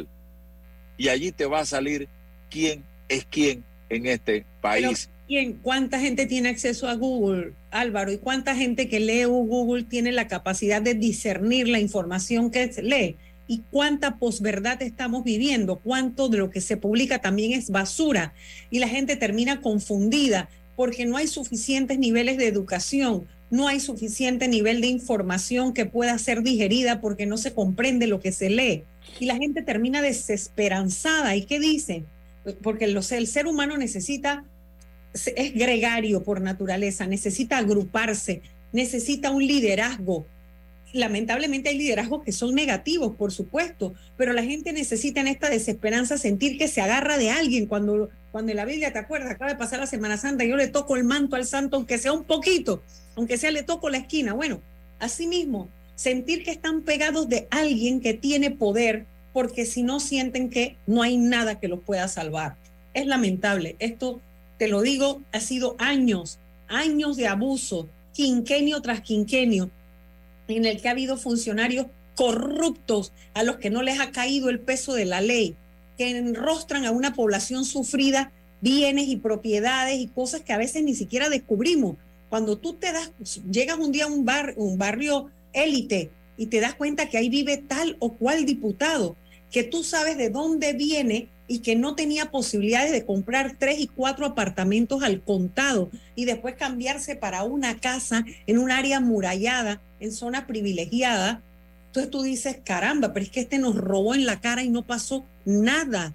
y allí te va a salir quién es quién en este país. Pero, ¿quién? ¿Cuánta gente tiene acceso a Google, Álvaro? ¿Y cuánta gente que lee Google tiene la capacidad de discernir la información que lee? ¿Y cuánta posverdad estamos viviendo? ¿Cuánto de lo que se publica también es basura? Y la gente termina confundida porque no hay suficientes niveles de educación, no hay suficiente nivel de información que pueda ser digerida porque no se comprende lo que se lee. Y la gente termina desesperanzada. ¿Y qué dice? Porque los, el ser humano necesita, es gregario por naturaleza, necesita agruparse, necesita un liderazgo. Lamentablemente hay liderazgos que son negativos, por supuesto, pero la gente necesita en esta desesperanza sentir que se agarra de alguien. Cuando, cuando en la Biblia, ¿te acuerdas? Acaba de pasar la Semana Santa, yo le toco el manto al santo, aunque sea un poquito, aunque sea le toco la esquina. Bueno, así mismo, sentir que están pegados de alguien que tiene poder, porque si no sienten que no hay nada que los pueda salvar. Es lamentable. Esto, te lo digo, ha sido años, años de abuso, quinquenio tras quinquenio, en el que ha habido funcionarios corruptos a los que no les ha caído el peso de la ley, que enrostran a una población sufrida bienes y propiedades y cosas que a veces ni siquiera descubrimos. Cuando tú te das, llegas un día a un, bar, un barrio élite y te das cuenta que ahí vive tal o cual diputado, que tú sabes de dónde viene y que no tenía posibilidades de comprar tres y cuatro apartamentos al contado y después cambiarse para una casa en un área amurallada, en zona privilegiada. Entonces tú dices, caramba, pero es que este nos robó en la cara y no pasó nada.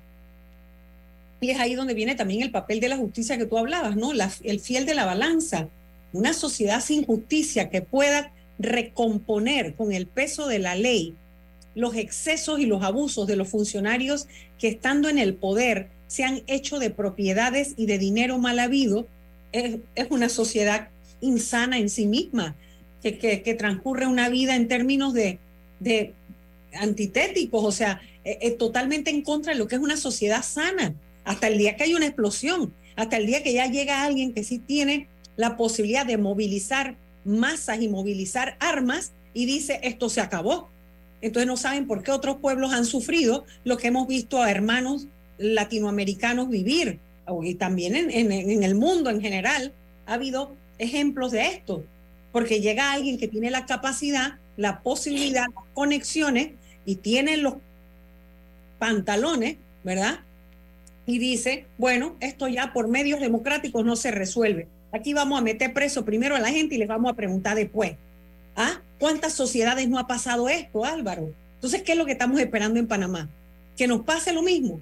Y es ahí donde viene también el papel de la justicia que tú hablabas, ¿no? La, el fiel de la balanza. Una sociedad sin justicia que pueda recomponer con el peso de la ley los excesos y los abusos de los funcionarios que estando en el poder se han hecho de propiedades y de dinero mal habido, es, es una sociedad insana en sí misma, que, que, que transcurre una vida en términos de, de antitéticos, o sea, eh, eh, totalmente en contra de lo que es una sociedad sana, hasta el día que hay una explosión, hasta el día que ya llega alguien que sí tiene la posibilidad de movilizar masas y movilizar armas y dice, esto se acabó. Entonces no saben por qué otros pueblos han sufrido lo que hemos visto a hermanos latinoamericanos vivir. Y también en, en, en el mundo en general ha habido ejemplos de esto. Porque llega alguien que tiene la capacidad, la posibilidad, las conexiones y tiene los pantalones, ¿verdad? Y dice, bueno, esto ya por medios democráticos no se resuelve. Aquí vamos a meter preso primero a la gente y les vamos a preguntar después. ¿Ah? ¿Cuántas sociedades no ha pasado esto, Álvaro? Entonces, ¿qué es lo que estamos esperando en Panamá? ¿Que nos pase lo mismo?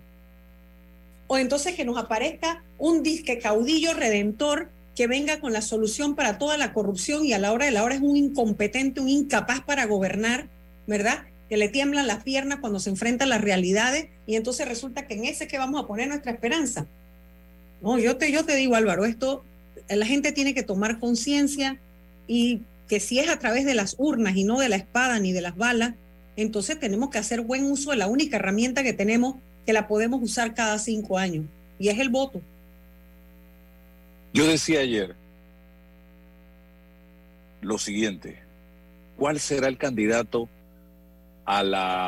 O entonces que nos aparezca un disque caudillo redentor que venga con la solución para toda la corrupción y a la hora de la hora es un incompetente, un incapaz para gobernar, ¿verdad? Que le tiemblan las piernas cuando se enfrenta a las realidades y entonces resulta que en ese que vamos a poner nuestra esperanza. No, yo te, yo te digo, Álvaro, esto, la gente tiene que tomar conciencia y que si es a través de las urnas y no de la espada ni de las balas, entonces tenemos que hacer buen uso de la única herramienta que tenemos, que la podemos usar cada cinco años, y es el voto. Yo decía ayer lo siguiente, ¿cuál será el candidato a la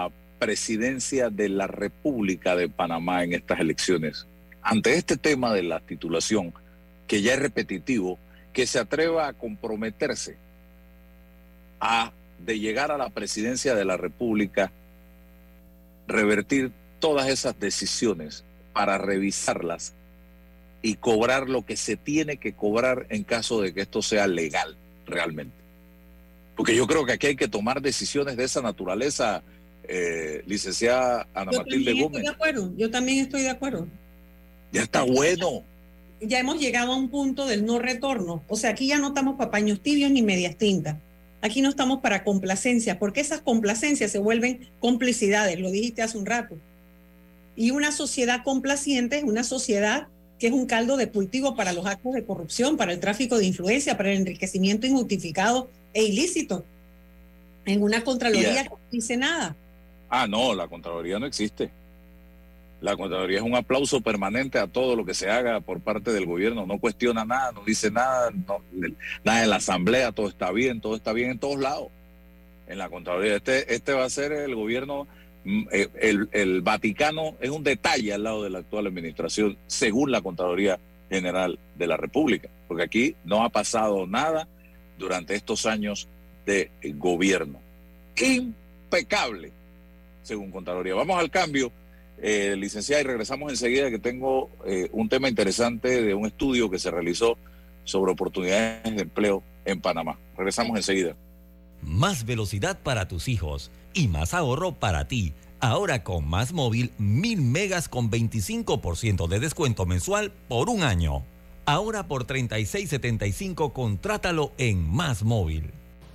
presidencia de la República de Panamá en estas elecciones, ante este tema de la titulación, que ya es repetitivo, que se atreva a comprometerse a, de llegar a la presidencia de la República, revertir todas esas decisiones para revisarlas y cobrar lo que se tiene que cobrar en caso de que esto sea legal realmente. Porque yo creo que aquí hay que tomar decisiones de esa naturaleza, eh, licenciada Ana yo Matilde Gómez. Estoy de acuerdo, yo también estoy de acuerdo. Ya está bueno. Ya hemos llegado a un punto del no retorno. O sea, aquí ya no estamos para paños tibios ni medias tintas. Aquí no estamos para complacencias, porque esas complacencias se vuelven complicidades, lo dijiste hace un rato. Y una sociedad complaciente es una sociedad que es un caldo de cultivo para los actos de corrupción, para el tráfico de influencia, para el enriquecimiento injustificado e ilícito. En una Contraloría Yeah. que no dice nada. Ah, no, la Contraloría no existe. La Contraloría es un aplauso permanente a todo lo que se haga por parte del gobierno. No cuestiona nada, no dice nada, no, nada en la Asamblea, todo está bien, todo está bien en todos lados. En la Contraloría, este, este va a ser el gobierno, el, el Vaticano es un detalle al lado de la actual administración, según la Contraloría General de la República, porque aquí no ha pasado nada durante estos años de gobierno. Impecable, según Contraloría. Vamos al cambio. Eh, licenciada, y regresamos enseguida, que tengo eh, un tema interesante de un estudio que se realizó sobre oportunidades de empleo en Panamá. Regresamos enseguida. Más velocidad para tus hijos y más ahorro para ti. Ahora con Más Móvil, mil megas con veinticinco por ciento de descuento mensual por un año. Ahora por treinta y seis setenta y cinco, contrátalo en Más Móvil.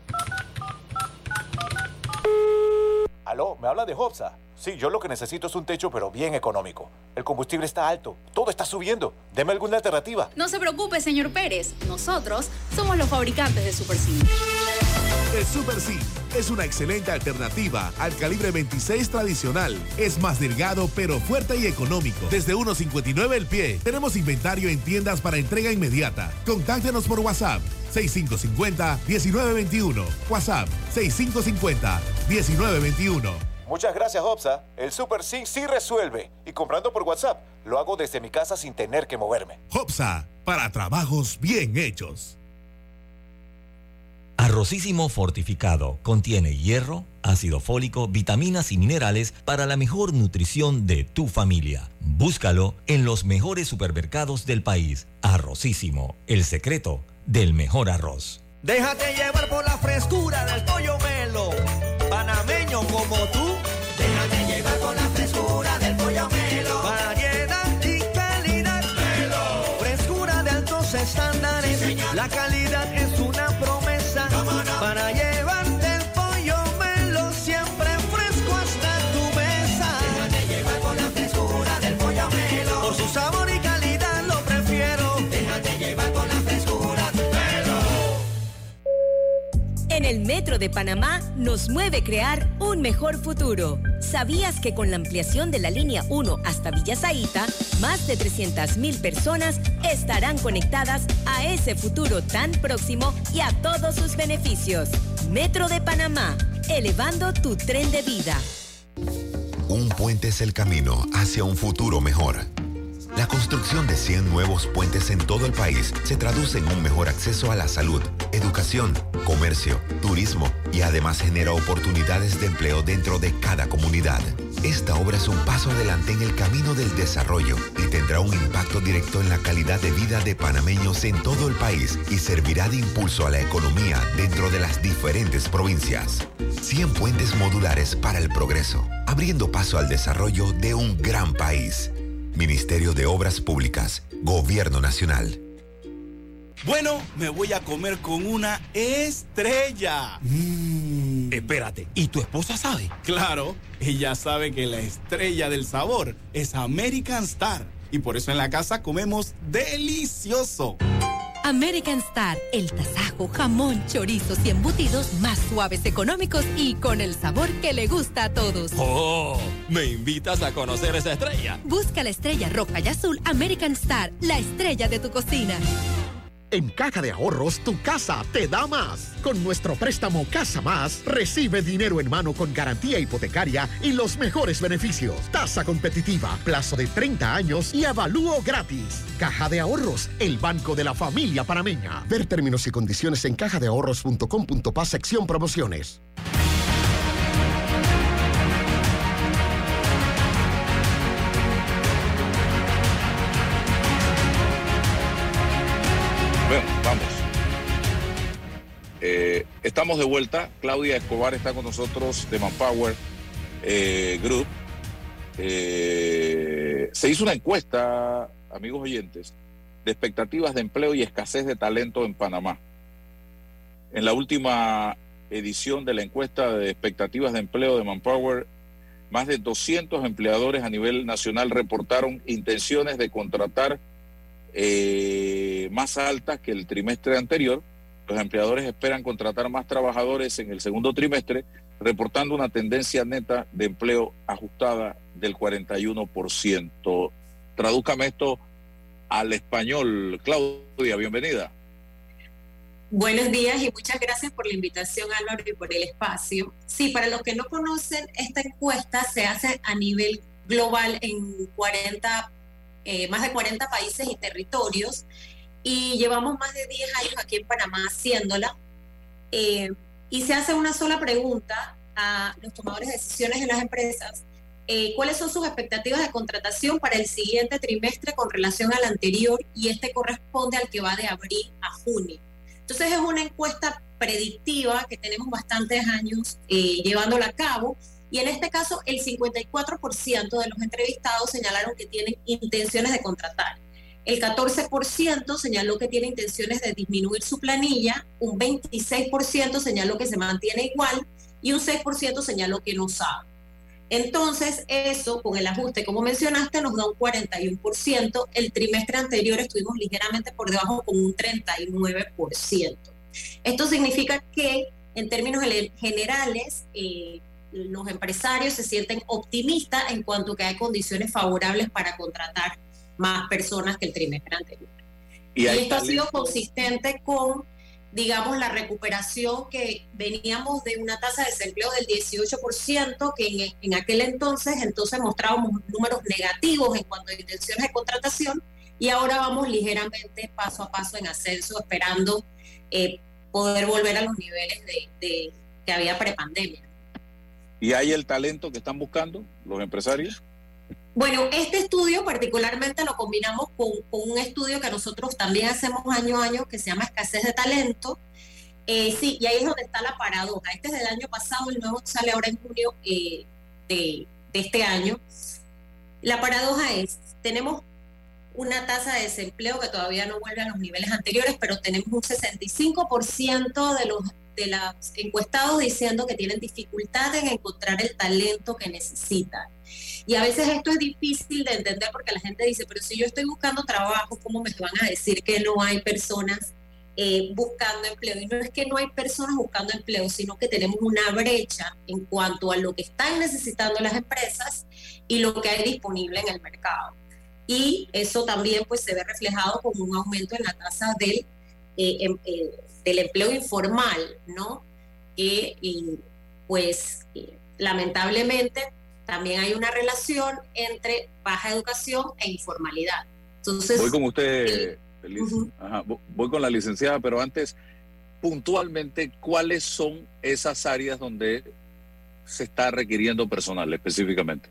Aló, ¿me habla de Hopsa? Sí, yo lo que necesito es un techo, pero bien económico. El combustible está alto, todo está subiendo. Deme alguna alternativa. No se preocupe, señor Pérez. Nosotros somos los fabricantes de Super Sim. El Super Sim es una excelente alternativa al calibre veintiséis tradicional. Es más delgado, pero fuerte y económico. Desde uno cincuenta y nueve el pie. Tenemos inventario en tiendas para entrega inmediata. Contáctenos por WhatsApp seis cinco cinco cero, uno nueve dos uno. WhatsApp seis cinco cinco cero, uno nueve dos uno. Muchas gracias, Hopsa. El Super Sim sí resuelve. Y comprando por WhatsApp, lo hago desde mi casa sin tener que moverme. Hopsa, para trabajos bien hechos. Arrocísimo fortificado. Contiene hierro, ácido fólico, vitaminas y minerales para la mejor nutrición de tu familia. Búscalo en los mejores supermercados del país. Arrocísimo, el secreto del mejor arroz. Déjate llevar por la frescura del pollo Melo, panameño como tú. Déjate llevar por la frescura del pollo Melo. Variedad y calidad. Melo. Frescura de altos estándares. Sí, la calidad es una promesa. No? Para llevarte el pollo Melo siempre fresco hasta tu mesa. Déjate llevar por la frescura del pollo Melo. Por su sabor y calidad lo prefiero. Déjate llevar por la frescura Melo. En el Metro de Panamá nos mueve crear un mejor futuro. ¿Sabías que con la ampliación de la línea uno hasta Villa Zaita, más de trescientas mil personas estarán conectadas a ese futuro tan próximo y a todos sus beneficios? Metro de Panamá, elevando tu tren de vida. Un puente es el camino hacia un futuro mejor. La construcción de cien nuevos puentes en todo el país se traduce en un mejor acceso a la salud, educación, comercio, turismo y además genera oportunidades de empleo dentro de cada comunidad. Esta obra es un paso adelante en el camino del desarrollo y tendrá un impacto directo en la calidad de vida de panameños en todo el país y servirá de impulso a la economía dentro de las diferentes provincias. cien puentes modulares para el progreso, abriendo paso al desarrollo de un gran país. Ministerio de Obras Públicas, Gobierno Nacional. Bueno, me voy a comer con una estrella. Mm. Espérate, ¿y tu esposa sabe? Claro, ella sabe que la estrella del sabor es American Star. Y por eso en la casa comemos delicioso. American Star, el tasajo, jamón, chorizos y embutidos más suaves, económicos y con el sabor que le gusta a todos. ¡Oh! ¿Me invitas a conocer esa estrella? Busca la estrella roja y azul American Star, la estrella de tu cocina. En Caja de Ahorros, tu casa te da más. Con nuestro préstamo Casa Más, recibe dinero en mano con garantía hipotecaria y los mejores beneficios. Tasa competitiva, plazo de treinta años y avalúo gratis. Caja de Ahorros, el banco de la familia panameña. Ver términos y condiciones en caja de ahorros punto com punto pa, sección promociones. Bueno, vamos. Eh, estamos de vuelta. Claudia Escobar está con nosotros de Manpower eh, Group. Eh, se hizo una encuesta, amigos oyentes, de expectativas de empleo y escasez de talento en Panamá. En la última edición de la encuesta de expectativas de empleo de Manpower, más de doscientos empleadores a nivel nacional reportaron intenciones de contratar Eh, más altas que el trimestre anterior. Los empleadores esperan contratar más trabajadores en el segundo trimestre, reportando una tendencia neta de empleo ajustada del cuarenta y uno por ciento. Tradúzcame esto al español. Claudia, bienvenida. Buenos días y muchas gracias por la invitación, Álvaro, y por el espacio. Sí, para los que no conocen, esta encuesta se hace a nivel global en cuarenta Eh, más de cuarenta países y territorios, y llevamos más de diez años aquí en Panamá haciéndola, eh, y se hace una sola pregunta a los tomadores de decisiones en las empresas: eh, ¿cuáles son sus expectativas de contratación para el siguiente trimestre con relación al anterior? Y este corresponde al que va de abril a junio. Entonces es una encuesta predictiva que tenemos bastantes años eh, llevándola a cabo. Y en este caso, el cincuenta y cuatro por ciento de los entrevistados señalaron que tienen intenciones de contratar. El catorce por ciento señaló que tiene intenciones de disminuir su planilla, un veintiséis por ciento señaló que se mantiene igual y un seis por ciento señaló que no sabe. Entonces, eso, con el ajuste, como mencionaste, nos da un cuarenta y uno por ciento. El trimestre anterior estuvimos ligeramente por debajo, con un treinta y nueve por ciento. Esto significa que, en términos generales, eh, los empresarios se sienten optimistas en cuanto a que hay condiciones favorables para contratar más personas que el trimestre anterior. Y, y esto ha sido consistente con, digamos, la recuperación que veníamos de una tasa de desempleo del dieciocho por ciento, que en, en aquel entonces, entonces mostrábamos números negativos en cuanto a intenciones de contratación, y ahora vamos ligeramente paso a paso en ascenso, esperando eh, poder volver a los niveles de, de que había prepandemia. ¿Y hay el talento que están buscando los empresarios? Bueno, este estudio particularmente lo combinamos con, con un estudio que nosotros también hacemos año a año, que se llama Escasez de Talento. Eh, sí, y ahí es donde está la paradoja. Este es del año pasado, el nuevo sale ahora en junio eh, de, de este año. La paradoja es, tenemos una tasa de desempleo que todavía no vuelve a los niveles anteriores, pero tenemos un sesenta y cinco por ciento de los de los encuestados diciendo que tienen dificultad en encontrar el talento que necesitan. Y a veces esto es difícil de entender porque la gente dice, pero si yo estoy buscando trabajo, ¿cómo me van a decir que no hay personas eh, buscando empleo? Y no es que no hay personas buscando empleo, sino que tenemos una brecha en cuanto a lo que están necesitando las empresas y lo que hay disponible en el mercado. Y eso también pues se ve reflejado con un aumento en la tasa del eh, eh, del empleo informal, ¿no? Que y, pues eh, lamentablemente también hay una relación entre baja educación e informalidad. Entonces, voy con usted, Feliz. Uh-huh. Ajá, voy con la licenciada, pero antes, puntualmente, ¿cuáles son esas áreas donde se está requiriendo personal específicamente?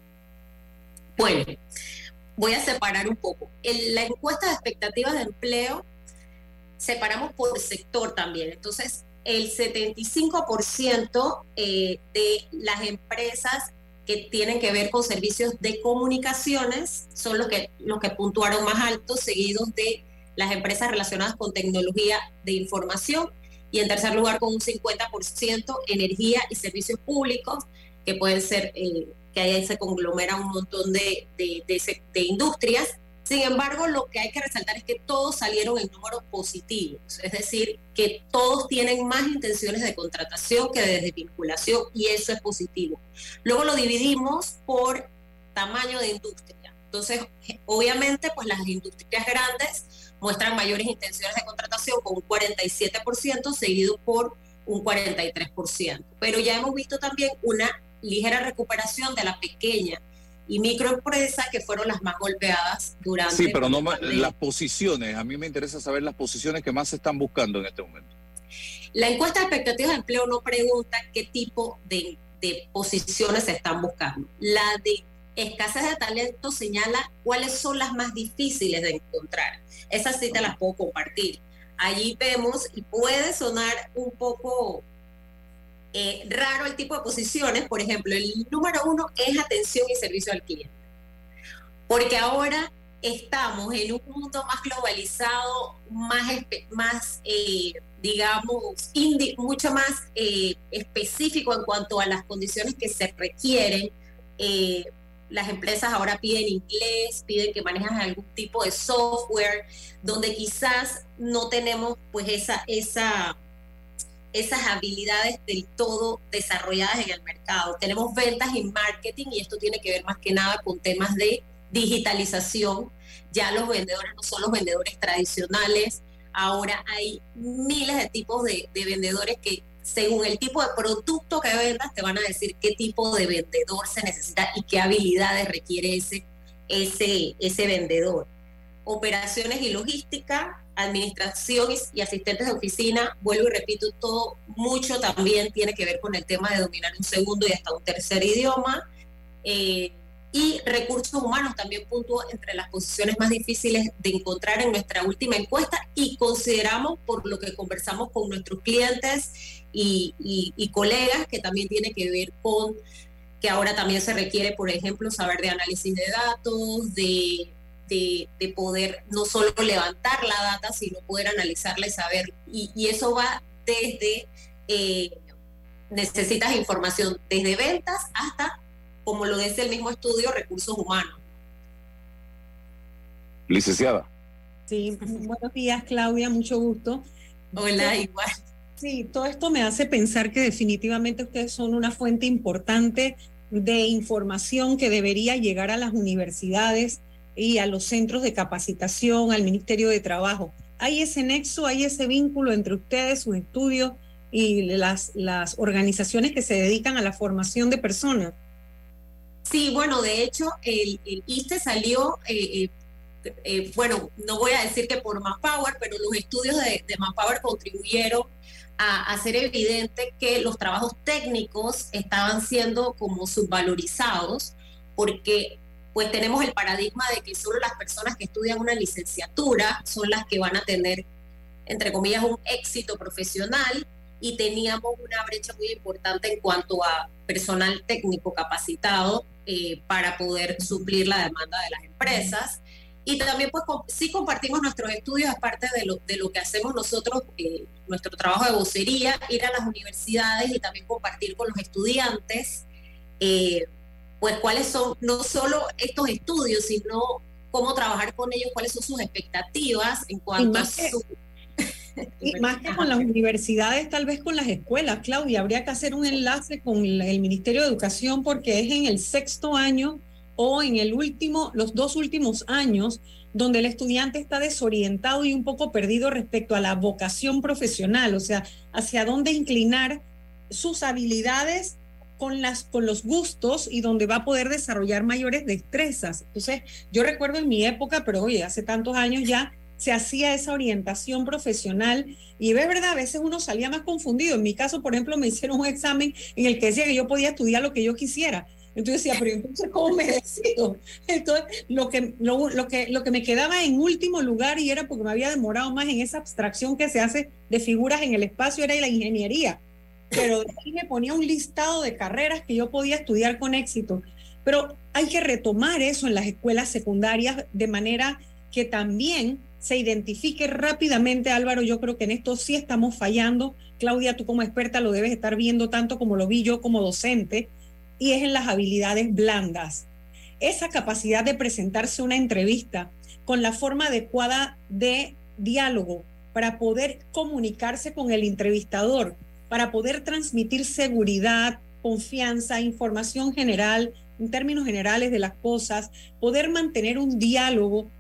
Bueno, voy a separar un poco. En la encuesta de expectativas de empleo separamos por sector también. Entonces, el setenta y cinco por ciento eh, de las empresas que tienen que ver con servicios de comunicaciones son los que, los que puntuaron más alto, seguidos de las empresas relacionadas con tecnología de información, y en tercer lugar, con un cincuenta por ciento, energía y servicios públicos, que pueden ser, eh, que ahí se conglomera un montón de, de, de, de industrias. Sin embargo, lo que hay que resaltar es que todos salieron en números positivos, es decir, que todos tienen más intenciones de contratación que de desvinculación, y eso es positivo. Luego lo dividimos por tamaño de industria. Entonces, obviamente, pues las industrias grandes muestran mayores intenciones de contratación con un cuarenta y siete por ciento, seguido por un cuarenta y tres por ciento. Pero ya hemos visto también una ligera recuperación de la pequeña y microempresa, que fueron las más golpeadas durante... Sí, pero no más, las posiciones, a mí me interesa saber las posiciones que más se están buscando en este momento. La encuesta de expectativas de empleo no pregunta qué tipo de, de posiciones se están buscando. La de escasez de talento señala cuáles son las más difíciles de encontrar. Esas sí te las puedo compartir. Allí vemos, y puede sonar un poco eh, raro el tipo de posiciones. Por ejemplo, el número uno es atención y servicio al cliente. Porque ahora estamos en un mundo más globalizado, más, más eh, digamos, indi mucho más eh, específico en cuanto a las condiciones que se requieren. Eh, las empresas ahora piden inglés, piden que manejes algún tipo de software, donde quizás no tenemos pues esa, esa, esas habilidades del todo desarrolladas en el mercado. Tenemos ventas y marketing, y esto tiene que ver más que nada con temas de digitalización. Ya los vendedores no son los vendedores tradicionales, ahora hay miles de tipos de, de vendedores que, según el tipo de producto que vendas, te van a decir qué tipo de vendedor se necesita y qué habilidades requiere ese, ese, ese vendedor. Operaciones y logística, administración y, y asistentes de oficina, vuelvo y repito, todo mucho también tiene que ver con el tema de dominar un segundo y hasta un tercer idioma. Eh, y recursos humanos también puntuó entre las posiciones más difíciles de encontrar en nuestra última encuesta, y consideramos, por lo que conversamos con nuestros clientes y, y, y colegas, que también tiene que ver con que ahora también se requiere, por ejemplo, saber de análisis de datos, de, de, de poder no solo levantar la data, sino poder analizarla y saber, y, y eso va desde, eh, necesitas información desde ventas hasta, como lo dice el mismo estudio, recursos humanos. Licenciada. Sí, buenos días, Claudia, mucho gusto. Hola, igual. Sí, todo esto me hace pensar que definitivamente ustedes son una fuente importante de información que debería llegar a las universidades y a los centros de capacitación, al Ministerio de Trabajo. Hay ese nexo, hay ese vínculo entre ustedes, sus estudios y las, las organizaciones que se dedican a la formación de personas. Sí, bueno, de hecho, el, el ISSSTE salió, eh, eh, eh, bueno, no voy a decir que por Manpower, pero los estudios de, de Manpower contribuyeron a, a hacer evidente que los trabajos técnicos estaban siendo como subvalorizados, porque pues tenemos el paradigma de que solo las personas que estudian una licenciatura son las que van a tener, entre comillas, un éxito profesional, y teníamos una brecha muy importante en cuanto a personal técnico capacitado eh, para poder suplir la demanda de las empresas. Y también pues com sí compartimos nuestros estudios, aparte de lo, de lo que hacemos nosotros, eh, nuestro trabajo de vocería, ir a las universidades y también compartir con los estudiantes eh, pues cuáles son no solo estos estudios, sino cómo trabajar con ellos, cuáles son sus expectativas en cuanto a su... Y más que con las universidades, tal vez con las escuelas, Claudia, habría que hacer un enlace con el Ministerio de Educación, porque es en el sexto año o en el último, los dos últimos años, donde el estudiante está desorientado y un poco perdido respecto a la vocación profesional, o sea, hacia dónde inclinar sus habilidades con, las, con los gustos, y donde va a poder desarrollar mayores destrezas. Entonces, yo recuerdo en mi época, pero oye, hace tantos años ya, se hacía esa orientación profesional, y es verdad, a veces uno salía más confundido. En mi caso, por ejemplo, me hicieron un examen en el que decía que yo podía estudiar lo que yo quisiera. Entonces decía, pero entonces, ¿cómo me decido? Entonces, lo que, lo, lo, que, lo que me quedaba en último lugar, y era porque me había demorado más en esa abstracción que se hace de figuras en el espacio, era la ingeniería. Pero de ahí me ponía un listado de carreras que yo podía estudiar con éxito. Pero hay que retomar eso en las escuelas secundarias, de manera que también se identifique rápidamente. Álvaro, yo creo que en esto sí estamos fallando. Claudia, tú como experta lo debes estar viendo tanto como lo vi yo como docente, y es en las habilidades blandas. Esa capacidad de presentarse una entrevista con la forma adecuada de diálogo para poder comunicarse con el entrevistador, para poder transmitir seguridad, confianza, información general, en términos generales de las cosas, poder mantener un diálogo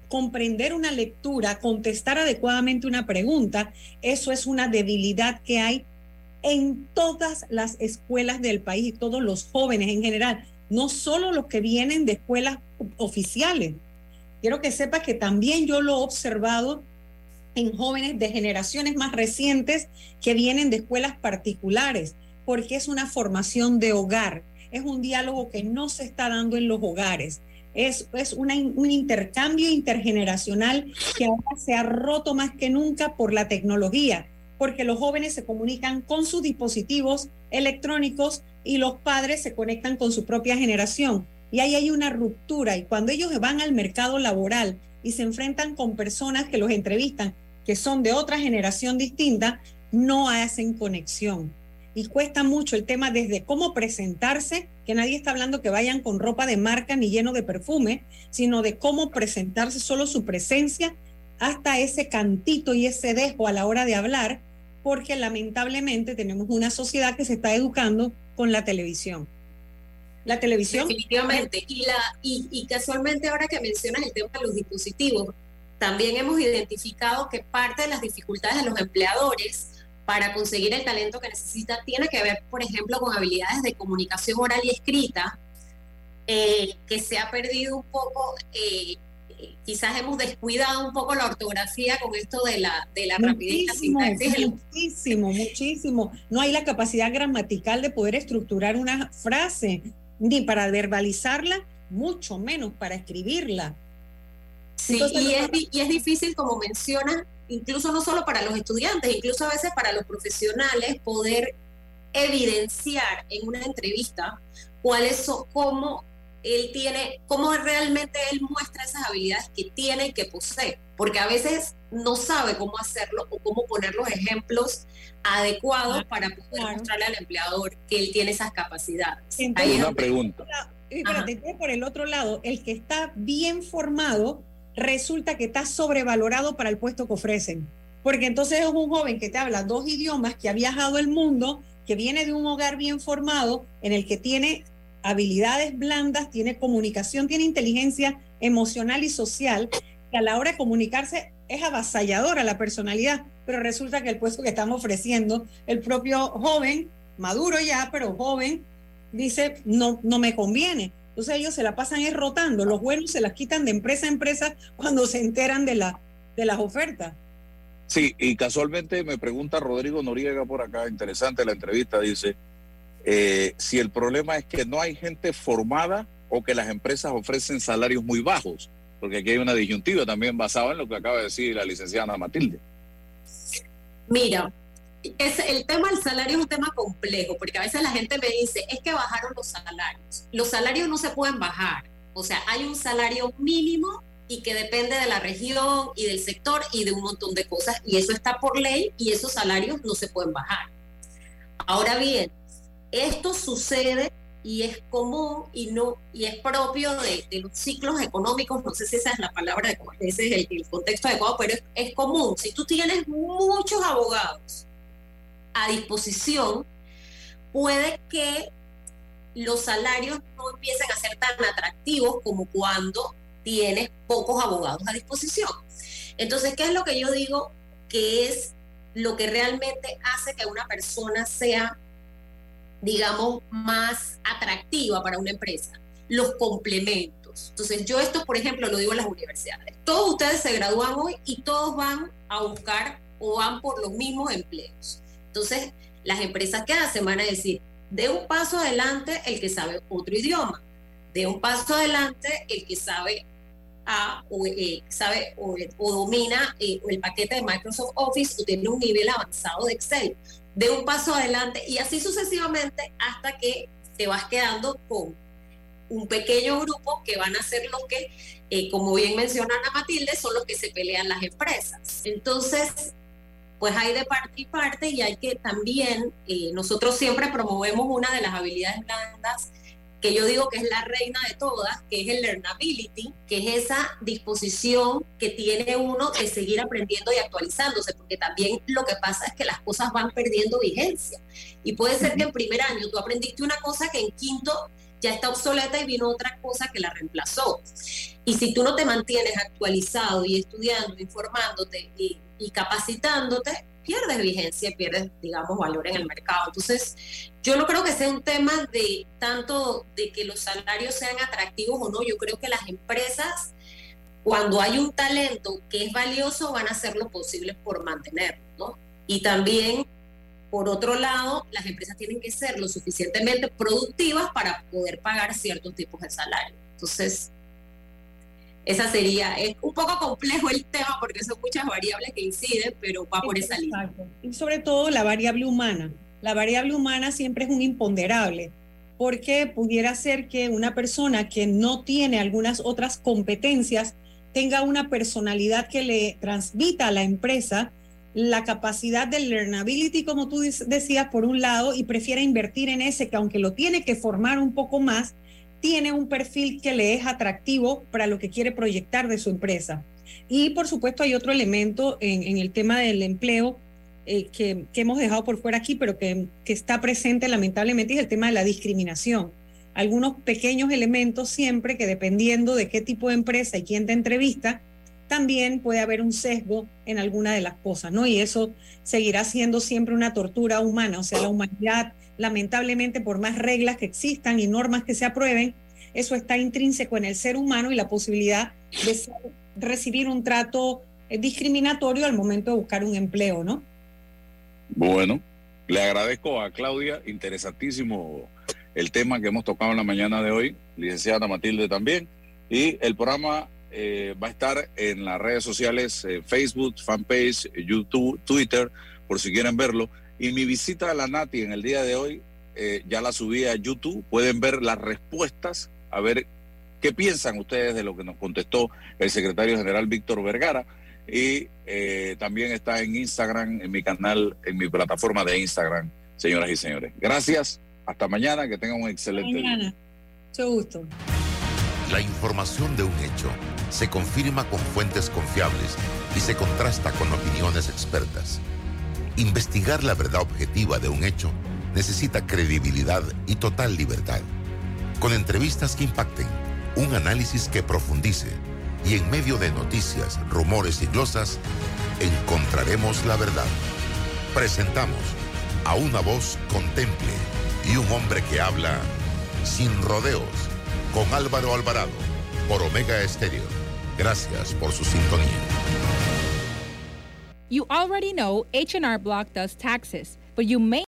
comprender una lectura, contestar adecuadamente una pregunta, eso es una debilidad que hay en todas las escuelas del país y todos los jóvenes en general, no solo los que vienen de escuelas oficiales. Quiero que sepas que también yo lo he observado en jóvenes de generaciones más recientes que vienen de escuelas particulares, porque es una formación de hogar, es un diálogo que no se está dando en los hogares. Es, es una, un intercambio intergeneracional que ahora se ha roto más que nunca por la tecnología, porque los jóvenes se comunican con sus dispositivos electrónicos y los padres se conectan con su propia generación. Y ahí hay una ruptura, y cuando ellos van al mercado laboral y se enfrentan con personas que los entrevistan, que son de otra generación distinta, no hacen conexión. Y cuesta mucho el tema desde cómo presentarse, que nadie está hablando que vayan con ropa de marca ni lleno de perfume, sino de cómo presentarse, solo su presencia, hasta ese cantito y ese dejo a la hora de hablar, porque lamentablemente tenemos una sociedad que se está educando con la televisión. La televisión. Definitivamente. Y, la, y, y casualmente ahora que mencionas el tema de los dispositivos, también hemos identificado que parte de las dificultades de los empleadores para conseguir el talento que necesita tiene que ver, por ejemplo, con habilidades de comunicación oral y escrita, eh, que se ha perdido un poco, eh, eh, quizás hemos descuidado un poco la ortografía con esto de la, de la rapidez y la sintaxis. Muchísimo, muchísimo. No hay la capacidad gramatical de poder estructurar una frase, ni para verbalizarla, mucho menos para escribirla. Sí, Entonces, y, es, y es difícil, como mencionas, incluso no solo para los estudiantes, incluso a veces para los profesionales, poder evidenciar en una entrevista cuáles son, cómo él tiene, cómo realmente él muestra esas habilidades que tiene y que posee, porque a veces no sabe cómo hacerlo o cómo poner los ejemplos adecuados para poder claro. mostrarle al empleador que él tiene esas capacidades. Entonces, Ahí una pregunta. Espérate, por el otro lado, el que está bien formado resulta que está sobrevalorado para el puesto que ofrecen, porque entonces es un joven que te habla dos idiomas, que ha viajado el mundo, que viene de un hogar bien formado, en el que tiene habilidades blandas, tiene comunicación, tiene inteligencia emocional y social, que a la hora de comunicarse es avasalladora la personalidad, pero resulta que el puesto que estamos ofreciendo, el propio joven, maduro ya, pero joven, dice, no, no me conviene. Entonces ellos se la pasan es rotando, los buenos se las quitan de empresa a empresa cuando se enteran de, la, de las ofertas. Sí, y casualmente me pregunta Rodrigo Noriega por acá, interesante la entrevista, dice, eh, si el problema es que no hay gente formada o que las empresas ofrecen salarios muy bajos, porque aquí hay una disyuntiva también basada en lo que acaba de decir la licenciada Ana Matilde. Mira, es, el tema del salario es un tema complejo, porque a veces la gente me dice, es que bajaron los salarios. Los salarios no se pueden bajar. O sea, hay un salario mínimo y que depende de la región y del sector y de un montón de cosas, y eso está por ley y esos salarios no se pueden bajar. Ahora bien, esto sucede y es común y no y es propio de, de los ciclos económicos, no sé si esa es la palabra, ese es el, el contexto adecuado, pero es, es común. Si tú tienes muchos abogados a disposición, puede que los salarios no empiecen a ser tan atractivos como cuando tienes pocos abogados a disposición. Entonces, ¿qué es lo que yo digo que es lo que realmente hace que una persona sea, digamos, más atractiva para una empresa? Los complementos. Entonces, yo esto, por ejemplo, lo digo en las universidades. Todos ustedes se gradúan hoy y todos van a buscar o van por los mismos empleos. Entonces, las empresas que hacen van a decir, de un paso adelante el que sabe otro idioma, de un paso adelante el que sabe a, o, eh, sabe o, o domina eh, el paquete de Microsoft Office o tiene un nivel avanzado de Excel, de un paso adelante, y así sucesivamente hasta que te vas quedando con un pequeño grupo que van a ser los que, eh, como bien menciona Ana Matilde, son los que se pelean las empresas. Entonces, pues hay de parte y parte, y hay que también, eh, nosotros siempre promovemos una de las habilidades blandas que yo digo que es la reina de todas, que es el learnability, que es esa disposición que tiene uno de seguir aprendiendo y actualizándose, porque también lo que pasa es que las cosas van perdiendo vigencia, y puede ser que en primer año tú aprendiste una cosa que en quinto ya está obsoleta y vino otra cosa que la reemplazó. Y si tú no te mantienes actualizado y estudiando, informándote y, y capacitándote, pierdes vigencia, pierdes, digamos, valor en el mercado. Entonces, yo no creo que sea un tema de tanto de que los salarios sean atractivos o no. Yo creo que las empresas, cuando hay un talento que es valioso, van a hacer lo posible por mantenerlo, ¿no? Y también, por otro lado, las empresas tienen que ser lo suficientemente productivas para poder pagar ciertos tipos de salario. Entonces, esa sería, es un poco complejo el tema porque son muchas variables que inciden, pero va por esa línea. Y sobre todo la variable humana. La variable humana siempre es un imponderable, porque pudiera ser que una persona que no tiene algunas otras competencias tenga una personalidad que le transmita a la empresa la capacidad del learnability, como tú decías, por un lado, y prefiera invertir en ese que, aunque lo tiene que formar un poco más, tiene un perfil que le es atractivo para lo que quiere proyectar de su empresa. Y por supuesto hay otro elemento en, en el tema del empleo eh, que, que hemos dejado por fuera aquí, pero que, que está presente lamentablemente, es el tema de la discriminación. Algunos pequeños elementos siempre que, dependiendo de qué tipo de empresa y quién te entrevista, también puede haber un sesgo en alguna de las cosas, ¿no? Y eso seguirá siendo siempre una tortura humana. O sea, la humanidad, lamentablemente, por más reglas que existan y normas que se aprueben, eso está intrínseco en el ser humano y la posibilidad de ser, recibir un trato eh, discriminatorio al momento de buscar un empleo, ¿no? Bueno, le agradezco a Claudia, interesantísimo el tema que hemos tocado en la mañana de hoy, licenciada Matilde también, y el programa eh, va a estar en las redes sociales, eh, Facebook, fanpage, YouTube, Twitter, por si quieren verlo. Y mi visita a la Nati en el día de hoy, eh, ya la subí a YouTube, pueden ver las respuestas, a ver qué piensan ustedes de lo que nos contestó el secretario general Víctor Vergara, y eh, también está en Instagram, en mi canal, en mi plataforma de Instagram, señoras y señores. Gracias, hasta mañana, que tengan un excelente mañana. día. Mucho gusto. La información de un hecho se confirma con fuentes confiables y se contrasta con opiniones expertas. Investigar la verdad objetiva de un hecho necesita credibilidad y total libertad. Con entrevistas que impacten, un análisis que profundice y en medio de noticias, rumores y glosas, encontraremos la verdad. Presentamos a una voz contemple y un hombre que habla sin rodeos, con Álvaro Alvarado, por Omega Estéreo. Gracias por su sintonía. You already know H and R Block does taxes, but you may